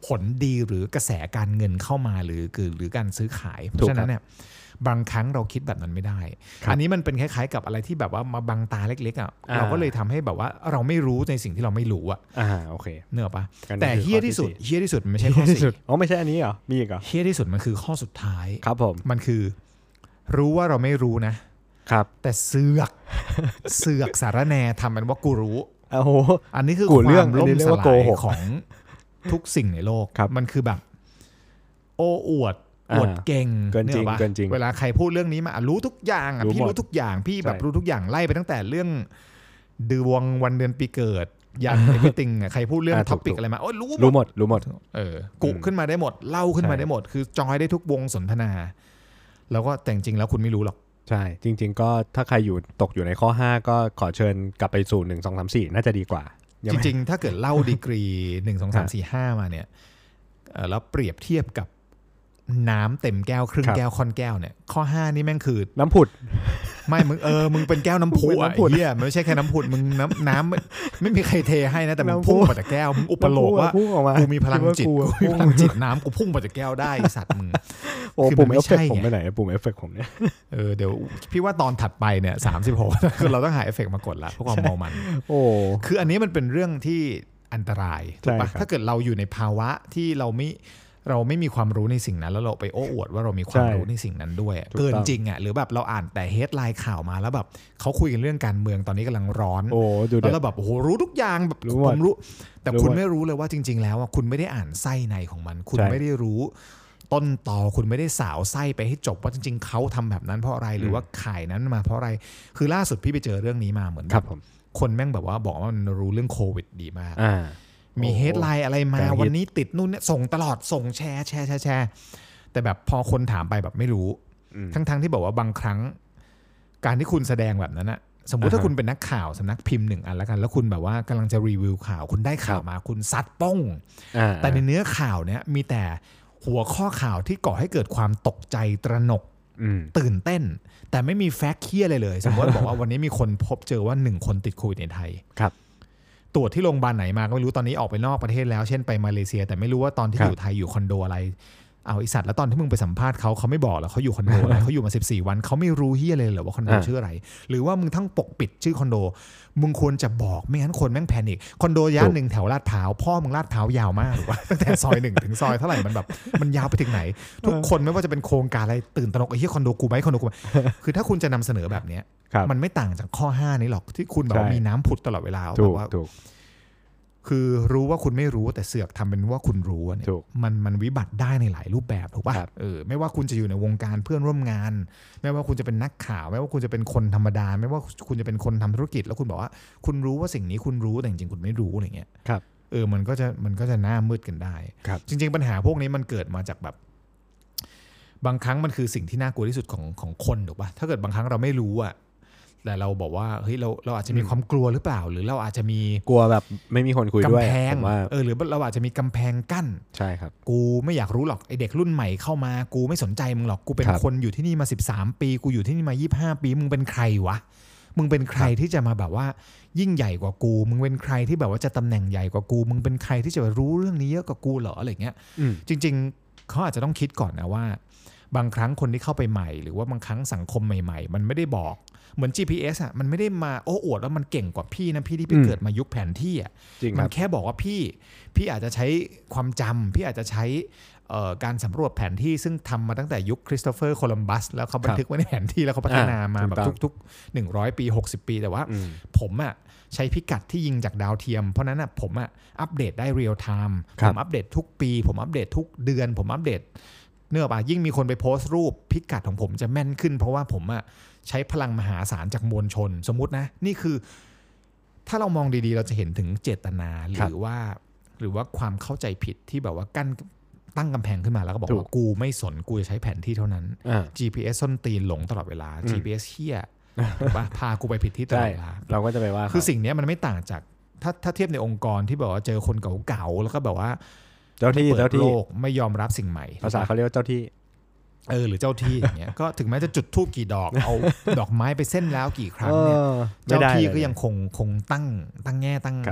ผลดีหรือกระแสการเงินเข้ามาหรือหรือการซื้อขายเพราะฉะนั้นเนี่ยบางครั้งเราคิดแบบนั้นไม่ได้อันนี้มันเป็นคล้ายๆกับอะไรที่แบบว่ามาบังตาเล็กๆอ่ะเราก็เลยทำให้แบบว่าเราไม่รู้ในสิ่งที่เราไม่รู้อ่ะอ่าโอเคเนอะปะแต่เฮี้ยที่สุดเฮี้ยที่สุดมันไม่ใช่ข้อสี่อ๋อไม่ใช่อันนี้เหรอมีอีกเหรอเฮี้ยที่สุดมันคือข้อสุดท้ายครับผมมันคือรู้ว่าเราไม่รู้นะครับแต่เสือกเสือกสารแหน่ทำมันว่ากูรู้โอ้โหอันนี้คือความล่มสลายของทุกสิ่งในโลกมันคือแบบโอ้อวดอวดเก่งเกินจริงเกินจริงเวลาใครพูดเรื่องนี้มารู้ทุกอย่างอ่ะพี่รู้ทุกอย่างพี่แบบรู้ทุกอย่างไล่ไปตั้งแต่เรื่องดวงวันเดือนปีเกิดยัน everything อ่ะใครพูดเรื่องท็อปิกอะไรมาโอ้รู้รู้หมดรู้หมดเออกุขึ้นมาได้หมดเล่าขึ้นมาได้หมดคือจอยได้ทุกวงสนทนาแล้วก็แต่จริงแล้วคุณไม่รู้หรอกใช่จริงๆก็ถ้าใครอยู่ตกอยู่ในข้อห้าก็ขอเชิญกลับไปสู่หนึ่ง สอง สาม สี่น่าจะดีกว่าจริงๆถ้าเกิดเล่าดีกรีหนึ่ง สอง สาม สี่ ห้ามาเนี่ยแล้วเปรียบเทียบกับน้ำเต็มแก้วครึ่งแก้วค่อนแก้วเนี่ยข้อห้านี่แม่งคือน้ำผุดไม่มึงเออมึงเป็นแก้วน้ำพุอ่ะเหี้ยไม่ใช่แค่น้ำผุดมึงน้ำน้ำไม่มีใครเทให้นะแต่มึงพุ่งมาจากแก้วมึงอุปโลกว่ากูมีพลังจิตกูมีพลังจิตน้ำกูพุ่งมาจากแก้วได้สัตว์มึงโอ้ปุ่มเอฟเฟกต์ผมไปไหนปุ่มเอฟเฟกต์ผมเนี่ยเออเดี๋ยวพี่ว่าตอนถัดไปเนี่ยสามสิบหกคือเราต้องหาเอฟเฟกต์มากดละเพื่อความเมามันโอ้คืออันนี้มันเป็นเรื่องที่อันตรายถูกปะถ้าเกิดเราอยู่ในภาวะที่เราไม่เราไม่มีความรู้ในสิ่งนั้นแล้วเราไปโอ้อวดว่าเรามีความรู้ในสิ่งนั้นด้วยเกินจริงอ่ะหรือแบบเราอ่านแต่เฮดไลน์ข่าวมาแล้วแบบเขาคุยกันเรื่องการเมืองตอนนี้กำลังร้อนแล้วเราแบบโอ้โหรู้ทุกอย่างแบบผมรู้แต่คุณไม่รู้เลยว่าจริงๆแล้วคุณไม่ได้อ่านไส้ในของมันคุณไม่ได้รู้ต้นตอคุณไม่ได้สาวไส้ไปให้จบว่าจริงๆเขาทำแบบนั้นเพราะอะไรหรือว่าขายนั้นมาเพราะอะไรคือล่าสุดพี่ไปเจอเรื่องนี้มาเหมือนแบบคนแม่งแบบว่าบอกว่ามันรู้เรื่องโควิดดีมากมีเฮดไลน์อะไรมาวันนี้ติดนู่นเนี่ยส่งตลอดส่งแชร์แชร์แชร์แชร์แต่แบบพอคนถามไปแบบไม่รู้ทั้งๆที่บอกว่าบางครั้งการที่คุณแสดงแบบนั้นนะสมมุติถ้าคุณเป็นนักข่าวสำนักพิมพ์หนึ่งอันแล้วกันแล้วคุณแบบว่ากำลังจะรีวิวข่าวคุณได้ข่าวมาคุณซัดป้องแต่ในเนื้อข่าวเนี่ยมีแต่หัวข้อข่าวที่ก่อให้เกิดความตกใจตระหนกตื่นเต้นแต่ไม่มีแฟกต์เคี้ยอะไรเลยสมมติบอกว่าวันนี้มีคนพบเจอว่าหนึ่งคนติดโควิดในไทยครับตรวจที่โรงพยาบาลไหนมาก็ไม่รู้ตอนนี้ออกไปนอกประเทศแล้วเช่นไปมาเลเซียแต่ไม่รู้ว่าตอนที่อยู่ไทยอยู่คอนโดอะไรเอาไอสัตว์แล้วตอนที่มึงไปสัมภาษณ์เขาเขาไม่บอกหรอกเขาอยู่คอนโดอะไรเขาอยู่มาสิบสี่วันเขาไม่รู้เฮียเลยเหรอว่าคอนโดชื่ออะไรหรือว่ามึงทั้งปกปิดชื่อคอนโดมึงควรจะบอกไม่งั้นคนแม่งแพนิคคอนโดย่านหนึ่งแถวลาดพร้าวพ่อมึงลาดพร้าวยาวมากหรือว่าตั้งแต่ซอยหนึ่งถึงซอยเท่าไหร่มันแบบมันยาวไปถึงไหนทุกคนไม่ว่าจะเป็นโครงการอะไรตื่นตระหนกไอ้เฮียคอนโดกูไหมคอนโดกูคือถ้าคุณจะนำเสนอแบบนี้มันไม่ต่างจากข้อห้านี้หรอกที่คุณแบบมีน้ำผุดตลอดเวลาแบบว่าคือรู้ว่าคุณไม่รู้แต่เสือกทำเป็นว่าคุณรู้เนี่ยมันมันวิบัติได้ในหลายรูปแบบถูกป่ะเออไม่ว่าคุณจะอยู่ในวงการเพื่อนร่วมงานไม่ว่าคุณจะเป็นนักข่าวไม่ว่าคุณจะเป็นคนธรรมดาไม่ว่าคุณจะเป็นคนทำธุรกิจแล้วคุณบอกว่าคุณรู้ว่าสิ่งนี้คุณรู้แต่จริงๆคุณไม่รู้อะไรเงี้ยเออมันก็จะมันก็จะหน้ามืดกันได้จริงๆปัญหาพวกนี้มันเกิดมาจากแบบบางครั้งมันคือสิ่งที่น่ากลัวที่สุดของของคนถูกป่ะถ้าเกิดบางครั้งเราไม่รู้อะแต่เราบอกว่าเฮ้ยเราเราอาจจะมีความกลัวหรือเปล่าหรือเราอาจจะมีกลัวแบบไม่มีคนคุยด้วยกำแพงเออหรือเราอาจจะมีกำแพงกั้นใช่ครับกูไม่อยากรู้หรอกไอเด็กรุ่นใหม่เข้ามากูไม่สนใจมึงหรอกกูเป็นคนอยู่ที่นี่มาสิบสามปีกูอยู่ที่นี่มายี่สิบห้าปีมึงเป็นใครวะมึงเป็นใครที่จะมาแบบว่ายิ่งใหญ่กว่ากูมึงเป็นใครที่แบบว่าจะตำแหน่งใหญ่กว่ากูมึงเป็นใครที่จะรู้เรื่องนี้เยอะกว่ากูเหรออะไรเงี้ยจริงๆเขาอาจจะต้องคิดก่อนนะว่าบางครั้งคนที่เข้าไปใหม่หรือว่าบางครั้งสังคมใหม่ๆมันไม่ได้บอกเหมือน จี พี เอส อ่ะมันไม่ได้มาโอ้อวดแล้วมันเก่งกว่าพี่นะพี่ที่ไปเกิดมายุคแผนที่อ่ะมันแค่บอกว่าพี่พี่อาจจะใช้ความจำพี่อาจจะใช้การสำรวจแผนที่ซึ่งทำมาตั้งแต่ยุคคริสโตเฟอร์โคลัมบัสแล้วเขาบันทึกไว้ในแผนที่แล้วเขาพัฒนามาแบบทุกๆหนึ่งร้อยปีหกสิบปีแต่ว่าผมอ่ะใช้พิกัดที่ยิงจากดาวเทียมเพราะนั้นอ่ะผมอ่ะอัปเดตได้เรียลไทม์ผมอัปเดตทุกปีผมอัปเดตทุกเดือนผมอัปเดตเนื่องจากยิ่งมีคนไปโพสต์รูปพิกัดของผมจะแม่นขึ้นเพราะว่าผมอ่ะใช้พลังมหาศาลจากมวลชนสมมุตินะนี่คือถ้าเรามองดีๆเราจะเห็นถึงเจตนาหรือว่าหรือว่าความเข้าใจผิดที่แบบว่ากั้นตั้งกำแพงขึ้นมาแล้วก็บอกว่ากูไม่สนกูจะใช้แผนที่เท่านั้น จี พี เอส ส้นตีนหลงตลอดเวลา จี พี เอส เหี้ยถูกป่ะพากูไปผิดที่ตลอดเวลาเราก็จะไปว่าคือสิ่งนี้มันไม่ต่างจากถ้าถ้าเทียบในองค์กรที่แบบว่าเจอคนเก่าๆแล้วก็แบบว่าเจ้าที่เจ้าที่โลกไม่ยอมรับสิ่งใหม่ภาษาเขาเรียกว่าเจ้าที่เออหรือเจ้าที่อย่างเงี้ยก็ถึงแม้จะจุดธูปกี่ดอกเอาดอกไม้ไปเส้นแล้วกี่ครั้งเนี่ยเจ้าที่ก็ยังคงคงตั้งตั้งแง่ตั้ง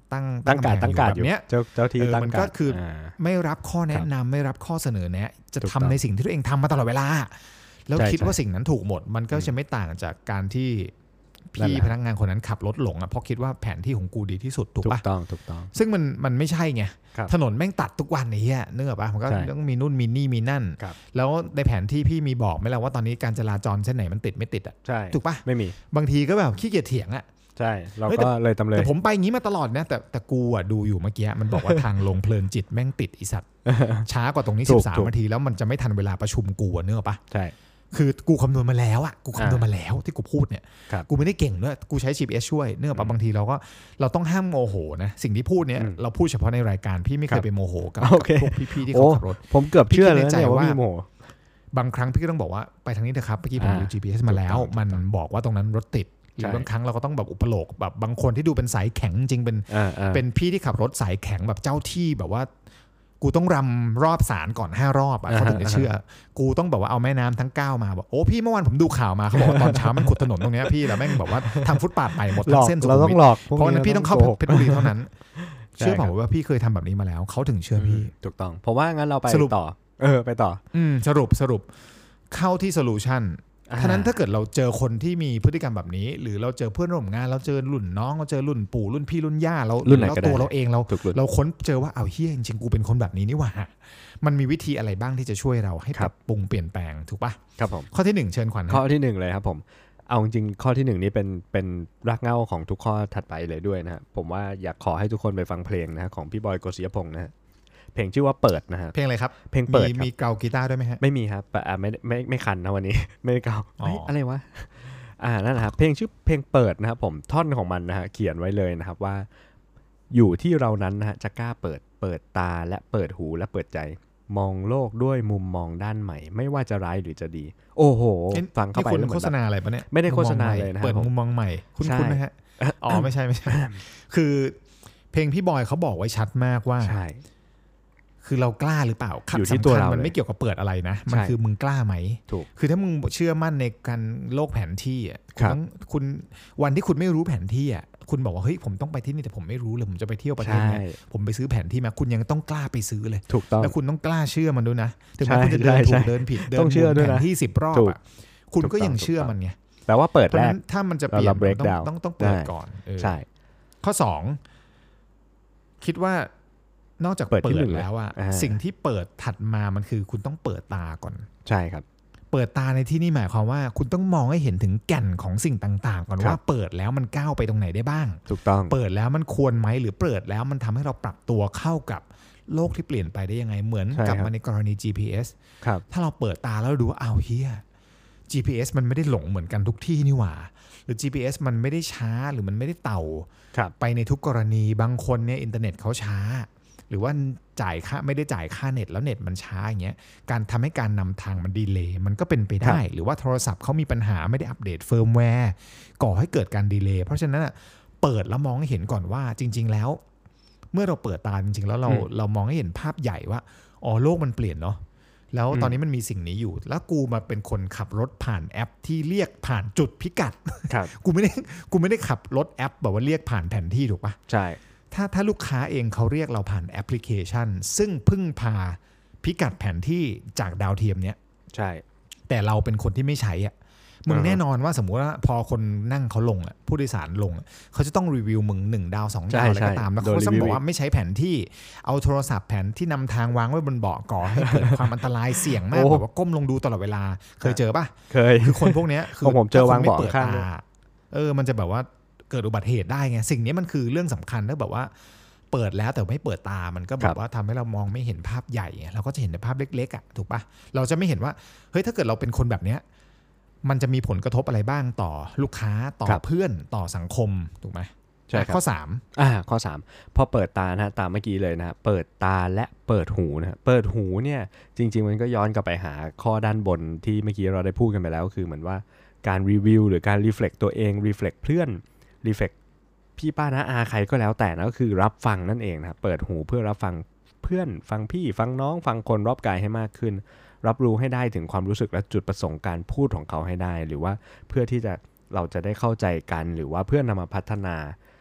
ตั้งตั้งการตั้งการอยู่แบบเนี้ยเจ้าเจ้าที่ตั้งการมันก็คืออ่าไม่รับข้อแนะนำไม่รับข้อเสนอแนะจะทำในสิ่งที่ตัวเองทำมาตลอดเวลาแล้วคิดว่าสิ่งนั้นถูกหมดมันก็จะไม่ต่างจากการที่พี่พนักงานคนนั้นขับรถหลงอ่ะเพราะคิดว่าแผนที่ของกูดีที่สุดถูกปะถูกต้องถูกต้องซึ่งมันมันไม่ใช่ไงถนนแม่งตัดทุกวันไอ้เหี้ยนึกออกปะมันก็ต้องมีนู่นมีนี่มีนั่นแล้วในแผนที่พี่มีบอกไหมล่ะว่าตอนนี้การจราจรเส้นไหนมันติดไม่ติดอ่ะถูกปะไม่มีบางทีก็แบบขี้เกียจเถียงอ่ะใช่เราก็เลยตำเลยแต่ผมไปงี้มาตลอดนะแต่แต่กูอ่ะดูอยู่เมื่อกี้มันบอกว่าทางลงเพลินจิตแม่งติดอีสัตว์ช้ากว่าตรงนี้สิบสามนาทีแล้วมันจะไม่ทันเวลาประชุมกูเนอะปะใช่คือกูคำนวณมาแล้วอ่ะกูคำนวณมาแล้วที่กูพูดเนี่ยกูไม่ได้เก่งด้วยกูใช้ จี พี เอส ช่วยเนื่องจากบางทีเราก็เราต้องห้ามโมโหนะสิ่งที่พูดเนี่ยเราพูดเฉพาะในรายการพี่ไม่เคยไปโมโหกับพวกพี่ๆที่เขาขับรถผมเกือบเชื่อเลยเนี่ยว่าพี่โมโหบางครั้งพี่ก็ต้องบอกว่าไปทางนี้เถอะครับเมื่อกี้ผมดู จี พี เอส มาแล้วมันบอกว่าตรงนั้นรถติดหรือบางครั้งเราก็ต้องแบบอุปโลกแบบบางคนที่ดูเป็นสายแข็งจริงเป็นเป็นพี่ที่ขับรถสายแข็งแบบเจ้าที่แบบว่ากูต้องรำรอบศาลก่อนห้ารอบอ่ะเขาถึงจะเชื่อกูต้องแบบว่าเอาแม่น้ำทั้งเก้ามาบอกโอ้พี่เมื่อวานผมดูข่าวมาเขาบอกว่าตอนเช้ามันขุดถนนตรงนี้พี่แล้วแม่งบอกว่าทำฟุตปาดใหม่หมดทั้งเส้นสุขุมวิทเพราะนั้นพี่ต้องเข้าเพชรบุรีเท่านั้นเชื่อเปล่าว่าพี่เคยทำแบบนี้มาแล้วเขาถึงเชื่อพี่ถูกต้องเพราะว่างั้นเราไปต่อเออไปต่ออืมสรุปสรุปเข้าที่โซลูชันฉะนั้นถ้าเกิดเราเจอคนที่มีพฤติกรรมแบบนี้หรือเราเจอเพื่อนร่วมงานเราเจอรุ่นน้องเราเจอรุ่นปู่รุ่นพี่รุ่นย่าเราแล้วตัวเราเองเราเราค้นเจอว่าเอาเฮียจริงๆกูเป็นคนแบบนี้นี่หว่ามันมีวิธีอะไรบ้างที่จะช่วยเราให้ปรับปรุงเปลี่ยนแปลงถูกปะครับผมข้อที่หนึ่งเชิญขวัญข้อที่หนึ่งเลยครับผมเอาจริงข้อที่หนึ่งนี้เป็นเป็นรากเหง้าของทุกข้อถัดไปเลยด้วยนะฮะผมว่าอยากขอให้ทุกคนไปฟังเพลงนะฮะของพี่บอยโกศิยพงษ์นะฮะเพลงชื่อว่าเปิดนะฮะเพลงอะไรครับเพลงเปิดมีมีเกากีตาร์ด้วยไหมฮะไม่มีครับแต่ไม่ไม่ไม่คันนะวันนี้ไม่ได้เกาอะไรวะอ่านั่นนะครับเพลงชื่อเพลงเปิดนะครับผมท่อนของมันนะฮะเขียนไว้เลยนะครับว่าอยู่ที่เรานั้นนะฮะจะกล้าเปิดเปิดตาและเปิดหูและเปิดใจมองโลกด้วยมุมมองด้านใหม่ไม่ว่าจะร้ายหรือจะดีโอ้โหฟังเข้าไปนี่คุณโฆษณาอะไรปะเนี่ยไม่ได้โฆษณาเลยนะเปิดมุมมองใหม่คุณคุณนะฮะอ๋อไม่ใช่ไม่ใช่คือเพลงพี่บอยเขาบอกไว้ชัดมากว่าคือเรากล้าหรือเปล่าอยู่ที่ตัวเรามันไม่เกี่ยวกับเปิดอะไรนะมันคือมึงกล้าไหมถูกคือถ้ามึงเชื่อมั่นในการโลกแผนที่อ่ะคุณคุณวันที่คุณไม่รู้แผนที่อ่ะคุณบอกว่าเฮ้ยผมต้องไปที่นี่แต่ผมไม่รู้เลยผมจะไปเที่ยวประเทศนี้ผมไปซื้อแผนที่มาคุณยังต้องกล้าไปซื้อเลยถูกต้องแล้วคุณต้องกล้าเชื่อมันด้วยนะถึงแม้คุณจะเดินถูกเดินผิดเดินวนแผนที่สิบรอบอ่ะคุณก็ยังเชื่อมันไงแปลว่าเปิดแรกถ้ามันจะเปลี่ยนต้องต้องต้องเปิดก่อนใช่ข้อสองคิดว่านอกจากเปิดแล้วอะสิ่งที่เปิดถัดมามันคือคุณต้องเปิดตาก่อนใช่ครับเปิดตาในที่นี่หมายความว่าคุณต้องมองให้เห็นถึงแก่นของสิ่งต่างๆก่อนว่าเปิดแล้วมันก้าวไปตรงไหนได้บ้างถูกต้องเปิดแล้วมันควรไหมหรือเปิดแล้วมันทำให้เราปรับตัวเข้ากับโลกที่เปลี่ยนไปได้ยังไงเหมือนกับมาในกรณี จี พี เอส ถ้าเราเปิดตาแล้วดูว่าอ้าวเฮีย จี พี เอส มันไม่ได้หลงเหมือนกันทุกที่นี่หว่าหรือ จี พี เอส มันไม่ได้ช้าหรือมันไม่ได้เต่าไปในทุกกรณีบางคนเนี่ยอินเทอร์เน็ตเขาช้าหรือว่าจ่ายค่าไม่ได้จ่ายค่าเน็ตแล้วเน็ตมันช้าอย่างเงี้ยการทำให้การนำทางมันดีเลย์มันก็เป็นไปได้หรือว่าโทรศัพท์เขามีปัญหาไม่ได้อัปเดตเฟิร์มแวร์ก่อให้เกิดการดีเลย์เพราะฉะนั้นเปิดแล้วมองให้เห็นก่อนว่าจริงๆแล้วเมื่อเราเปิดตาจริงๆแล้วเราเรามองให้เห็นภาพใหญ่ว่าอ๋อโลกมันเปลี่ยนเนาะแล้วตอนนี้มันมีสิ่งนี้อยู่แล้วกูมาเป็นคนขับรถผ่านแอปที่เรียกผ่านจุดพิกัดกูไม่ได้กูไม่ได้ขับรถแอปแบบว่าเรียกผ่านแผนที่ถูกปะใช่ถ้าถ้าลูกค้าเองเขาเรียกเราผ่านแอปพลิเคชันซึ่งพึ่งพาพิกัดแผนที่จากดาวเทียมเนี้ยใช่แต่เราเป็นคนที่ไม่ใช้อ่ะมึงแน่นอนว่าสมมุติว่าพอคนนั่งเขาลงอ่ะผู้โดยสารลงเขาจะต้องรีวิวมึงหนึ่งดาวสองดาวอะไรก็ตามแล้วเขาต้องบอกว่าไม่ใช้แผนที่เอาโทรศัพท์แผนที่นำทางวางไว้บนเบาะก่อให้เกิดความอันตรายเสี่ยงมากแบบว่าก้มลงดูตลอดเวลาเคยเจอป่ะเคยคือคนพวกนี้คือผมเจอวางเบาะข้างเออมันจะแบบว่าเกิดอุบัติเหตุได้ไงสิ่งนี้มันคือเรื่องสำคัญถ้าแบบว่าเปิดแล้วแต่ไม่เปิดตามันก็แบบว่าทำให้เรามองไม่เห็นภาพใหญ่เราก็จะเห็นแต่ภาพเล็กๆอ่ะถูกปะเราจะไม่เห็นว่าเฮ้ยถ้าเกิดเราเป็นคนแบบเนี้ยมันจะมีผลกระทบอะไรบ้างต่อลูกค้าต่อเพื่อนต่อสังคมถูกไหมใช่ข้อสามอ่าข้อสามพอเปิดตานะฮะตามเมื่อกี้เลยนะเปิดตาและเปิดหูนะเปิดหูเนี่ยจริงๆมันก็ย้อนกลับไปหาข้อด้านบนที่เมื่อกี้เราได้พูดกันไปแล้วคือเหมือนว่าการรีวิวหรือการรีเฟล็กตัวเองรีเฟล็กเพื่อนรีเฟล็กพี่ป้าน้าอาใครก็แล้วแต่นะก็คือรับฟังนั่นเองนะเปิดหูเพื่อรับฟังเพื่อนฟังพี่ฟังน้องฟังคนรอบกายให้มากขึ้นรับรู้ให้ได้ถึงความรู้สึกและจุดประสงค์การพูดของเขาให้ได้หรือว่าเพื่อที่จะเราจะได้เข้าใจกันหรือว่าเพื่อนำมาพัฒนา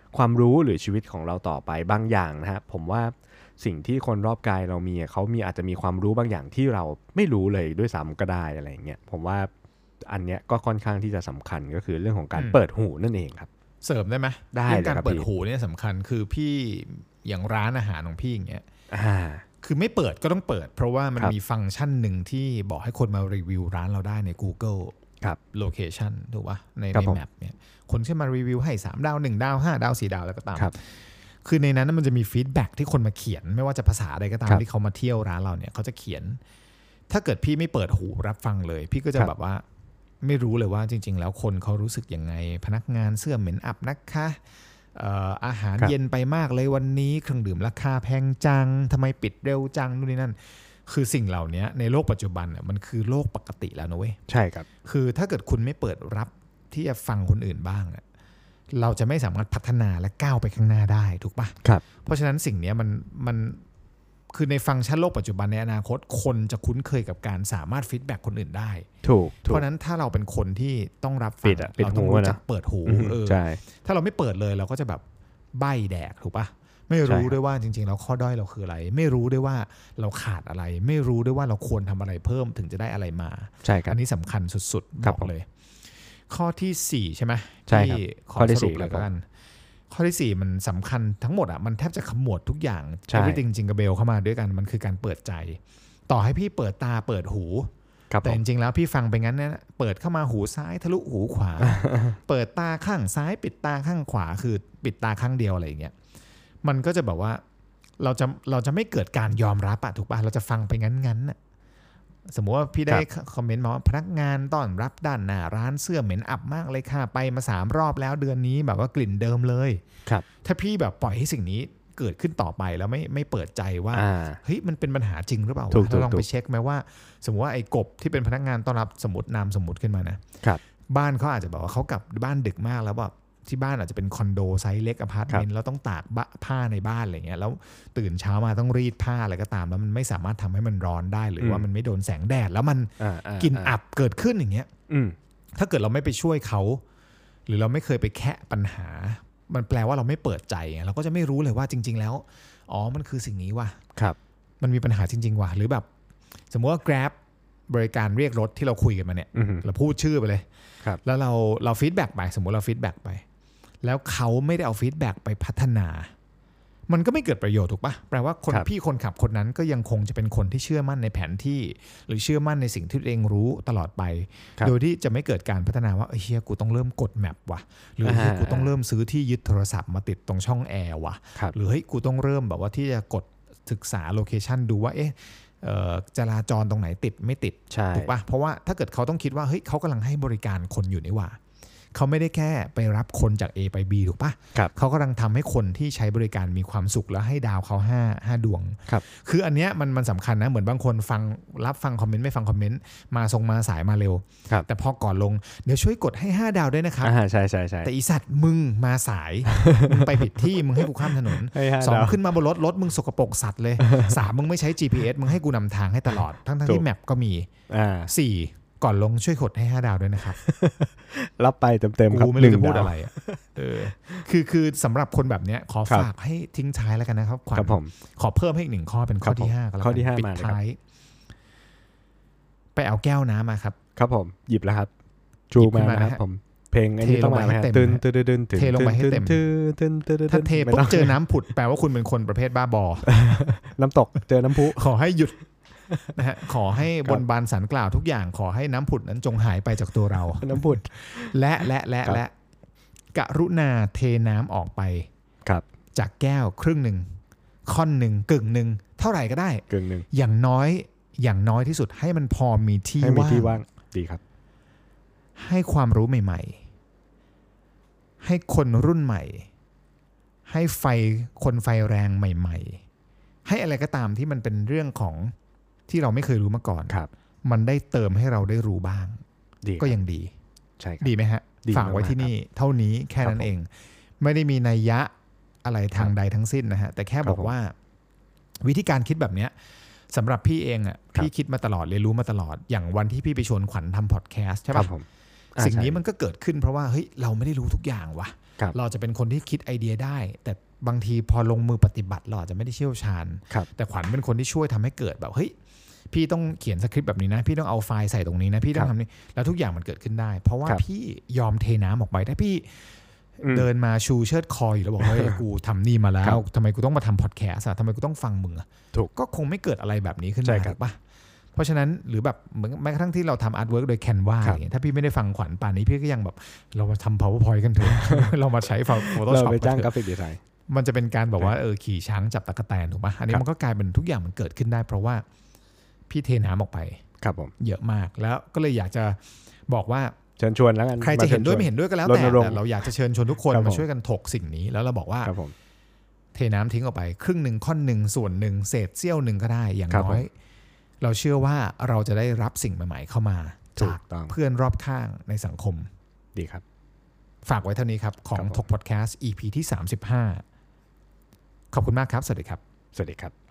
ความรู้หรือชีวิตของเราต่อไปบางอย่างนะฮะผมว่าสิ่งที่คนรอบกายเรามีเขามีอาจจะมีความรู้บางอย่างที่เราไม่รู้เลยด้วยซ้ำก็ได้อะไรอย่างเงี้ยผมว่าอันเนี้ยก็ค่อนข้างที่จะสำคัญก็คือเรื่องของการเปิดหูนั่นเองครับเสริมได้ไหมได้เรื่องการเปิดหูเนี่ยสำคัญคือพี่อย่างร้านอาหารของพี่อย่างเงี้ยคือไม่เปิดก็ต้องเปิดเพราะว่ามันมีฟังก์ชันหนึ่งที่บอกให้คนมารีวิวร้านเราได้ใน Google ครับ Location ถูกป่ะในในแมปเนี่ยคนที่มารีวิวให้สามดาวหนึ่งดาวห้าดาวสี่ดาวแล้วก็ตามคือในนั้นมันจะมีฟีดแบ็กที่คนมาเขียนไม่ว่าจะภาษาใดก็ตามที่เขามาเที่ยวร้านเราเนี่ยเขาจะเขียนถ้าเกิดพี่ไม่เปิดหูรับฟังเลยพี่ก็จะแบบว่าไม่รู้เลยว่าจริงๆแล้วคนเขารู้สึกยังไงพนักงานเสื้อเหม็นอับนะคะอาหารเย็นไปมากเลยวันนี้เครื่องดื่มราคาแพงจังทำไมปิดเร็วจังนู่นนี่นั่นคือสิ่งเหล่านี้ในโลกปัจจุบันเนี่ยมันคือโลกปกติแล้วนะเว้ยใช่ครับคือถ้าเกิดคุณไม่เปิดรับที่จะฟังคนอื่นบ้างเราจะไม่สามารถพัฒนาและก้าวไปข้างหน้าได้ถูกปะครับเพราะฉะนั้นสิ่งนี้มันมันคือในฟังก์ชันโลกปัจจุบันในอนาคตคนจะคุ้นเคยกับการสามารถฟีดแบ็กคนอื่นได้ถูกเพราะนั้นถ้าเราเป็นคนที่ต้องรับฟังเราต้องรู้จักเปิดหูเออถ้าเราไม่เปิดเลยเราก็จะแบบใบ้แดกถูกปะไม่รู้ด้วยว่าจริงๆแล้วข้อด้อยเราคืออะไรไม่รู้ด้วยว่าเราขาดอะไรไม่รู้ด้วยว่าเราควรทำอะไรเพิ่มถึงจะได้อะไรมาใช่ครับอันนี้สำคัญสุดๆบอกเลยข้อที่สี่ใช่ไหมใช่ครับข้อที่สี่แล้วกันข้อที่สี่มันสำคัญทั้งหมดอ่ะมันแทบจะขมวดทุกอย่าง everything jingle bell เข้ามาด้วยกันมันคือการเปิดใจต่อให้พี่เปิดตาเปิดหูแต่จริงๆแล้วพี่ฟังไปงั้นเนี่ยเปิดเข้ามาหูซ้ายทะลุหูขวา เปิดตาข้างซ้ายปิดตาข้างขวาคือปิดตาข้างเดียวอะไรอย่างเงี้ยมันก็จะแบบว่าเราจะเราจะไม่เกิดการยอมรับอะถูกป่ะเราจะฟังไปงั้นๆน่ะสมมติว่าพี่ได้คอมเมนต์มาว่าพนักงานต้อนรับด้านหน้าร้านเสื้อเหม็นอับมากเลยค่ะไปมาสามรอบแล้วเดือนนี้แบบว่ากลิ่นเดิมเลยครับถ้าพี่แบบปล่อยให้สิ่งนี้เกิดขึ้นต่อไปแล้วไม่ไม่เปิดใจว่าเฮ้ยมันเป็นปัญหาจริงหรือเปล่าเราลองไปเช็คไหมว่าสมมติว่าไอ้กบที่เป็นพนักงานต้อนรับสมมตินามสมมติขึ้นมานะครับบ้านเขาอาจจะบอกว่าเขากลับบ้านดึกมากแล้วแบบที่บ้านอาจจะเป็นคอนโดไซส์เล็กอพาร์ตเมนต์แล้วต้องตากผ้าในบ้านอะไรเงี้ยแล้วตื่นเช้ามาต้องรีดผ้าอะไรก็ตามแล้วมันไม่สามารถทำให้มันร้อนได้หรือว่ามันไม่โดนแสงแดดแล้วมันกลิ่นอับเกิดขึ้นอย่างเงี้ยถ้าเกิดเราไม่ไปช่วยเขาหรือเราไม่เคยไปแคะปัญหามันแปลว่าเราไม่เปิดใจเราก็จะไม่รู้เลยว่าจริงๆแล้วอ๋อมันคือสิ่งนี้ว่ะครับมันมีปัญหาจริงๆว่ะหรือแบบสมมติว่า Grab บริการเรียกรถที่เราคุยกันมาเนี่ยเราพูดชื่อไปเลยแล้วเราเราฟีดแบ็กไปสมมติเราฟีดแบ็กไปแล้วเขาไม่ได้เอาฟีดแบ็กไปพัฒนามันก็ไม่เกิดประโยชน์ถูกปะแปลว่าคนพี่คนขับคนนั้นก็ยังคงจะเป็นคนที่เชื่อมั่นในแผนที่หรือเชื่อมั่นในสิ่งที่ตัวเองรู้ตลอดไปโดยที่จะไม่เกิดการพัฒนาว่าเฮ้ยกูต้องเริ่มกดแมปว่ะหรือเฮ้ยกูต้องเริ่มซื้อที่ยึดโทรศัพท์มาติดตรงช่องแอร์ว่ะหรือเฮ้ยกูต้องเริ่มแบบว่าที่จะกดศึกษาโลเคชันดูว่าเอ๊ะจราจรตรงไหนติดไม่ติดถูกปะเพราะว่าถ้าเกิดเขาต้องคิดว่าเฮ้ยเขากำลังให้บริการคนอยู่นี่ว่าเขาไม่ได้แค่ไปรับคนจาก A ไป B ถูกปะเขากำลังทำให้คนที่ใช้บริการมีความสุขแล้วให้ดาวเขาห้า ห้าดวงครับคืออันเนี้ยมันมันสำคัญนะเหมือนบางคนฟังรับฟังคอมเมนต์ไม่ฟังคอมเมนต์มาส่งมาสายมาเร็วแต่พอก่อนลงเดี๋ยวช่วยกดให้ห้าดาวด้วยนะครับอ่าใช่ใช่ใช่แต่อีสัตว์มึงมาสาย มึงไปผิดที่มึงให้กูข้ามถนนสองขึ้นมาบนรถรถมึงสกปรกสัตว์เลยสามมึงไม่ใช้ จี พี เอส มึงให้กูนำทางให้ตลอดทั้งทั้งที่แมปก็มีสี่ก่อนลงช่วยกดให้ห้าดาวด้วยนะครับรับไปเต็มๆครับไม่รู้จะพูดอะไรอ่ะเออคือคือสำหรับคนแบบเนี้ยขอฝากให้ทิ้งท้ายแล้วกันนะครับขวัญขอเพิ่มให้อีกหนึ่งข้อเป็นข้อที่ห้าก็แล้วกันปิดท้ายไปเอาแก้วน้ำมาครับครับผมหยิบแล้วครับจูมานะครับผมเพลงอันนี้ต้องมาให้เต็มเทลงไปให้เต็มถ้าเทปุ๊บเจอน้ำผุดแปลว่าคุณเป็นคนประเภทบ้าบอน้ำตกเจอน้ำพุขอให้หยุดนะฮะขอให้บนบานสันกล่าวทุกอย่างขอให้น้ำผุดนั้นจงหายไปจากตัวเราน้ำผุดและและและและกรุณาเทน้ำออกไปครับจากแก้วครึ่งหนึ่งค่อนหนึ่งกึ่งหนึ่งเท่าไหร่ก็ได้กึ่งหนึ่งอย่างน้อยอย่างน้อยที่สุดให้มันพอมีที่ว่างดีครับให้ความรู้ใหม่ๆให้คนรุ่นใหม่ให้ไฟคนไฟแรงใหม่ๆให้อะไรก็ตามที่มันเป็นเรื่องของที่เราไม่เคยรู้มาก่อนมันได้เติมให้เราได้รู้บ้างก็ยังดีใช่ดีไหมฮะฝากไว้ที่นี่เท่านี้แค่นั้นเองไม่ได้มีนัยยะอะไรทางใดทั้งสิ้นนะฮะแต่แค่บอกว่าวิธีการคิดแบบเนี้ยสำหรับพี่เองอ่ะพี่คิดมาตลอดเรียนรู้มาตลอดอย่างวันที่พี่ไปชวนขวัญทำพอดแคสต์ใช่ป่ะสิ่งนี้มันก็เกิดขึ้นเพราะว่าเฮ้ยเราไม่ได้รู้ทุกอย่างวะเราจะเป็นคนที่คิดไอเดียได้แต่บางทีพอลงมือปฏิบัติเราอาจจะไม่ได้เชี่ยวชาญแต่ขวัญเป็นคนที่ช่วยทำให้เกิดแบบเฮ้ยพี่ต้องเขียนสคริปต์แบบนี้นะพี่ต้องเอาไฟล์ใส่ตรงนี้นะพี่ต้องทำนี่แล้วทุกอย่างมันเกิดขึ้นได้เพราะว่าพี่ยอมเทน้ำออกไปถ้าพี่เดินมาชูเชิดคออยู่แล้วบอกเฮ้ยกูทำนี่มาแล้วทำไมกูต้องมาทำพอดแคสต์ทำไมกูต้องฟังมึงก็คงไม่เกิดอะไรแบบนี้ขึ้นมาถูกปะเพราะฉะนั้นหรือแบบแม้กระทั่งที่เราทำอาร์ตเวิร์กโดย Canva อย่างเงี้ยถ้าพี่ไม่ได้ฟังขวัญป่านนี้พี่ก็ยังแบบเรามาทำ PowerPoint กันเถอะ เรามาใช้ Photoshop เราไปจ้างกราฟิกดีไซน์มันจะเป็นการบอกว่าเออขี่ช้างจับตะกแตนถูกป่ะอันนี้มันก็กลายเป็นทุกอย่างมันเกิดขึ้นได้เพราะว่าพี่เทน้ำออกไปครับผมเยอะมากแล้วก็เลยอยากจะบอกว่าเชิญชวนแล้วกันใครจะเห็นด้วยไม่เห็นด้วยก็แล้วแต่แต่เราอยากจะเชิญชวนทุกคนมาช่วยกันถกสิ่งนี้แล้วเราบอกว่าเทน้ำทิ้งออกไปครึ่งนึงค่อนนึงส่วนนึงเศษเสี้ยวนึงก็ได้อย่างน้อยเราเชื่อว่าเราจะได้รับสิ่งใหม่ๆเข้ามาจากเพื่อนรอบข้างในสังคมดีครับฝากไว้เท่านี้ครับของถกพอดแคสต์ อี พี ที่สามสิบห้าขอบคุณมากครับสวัสดีครับสวัสดีครับ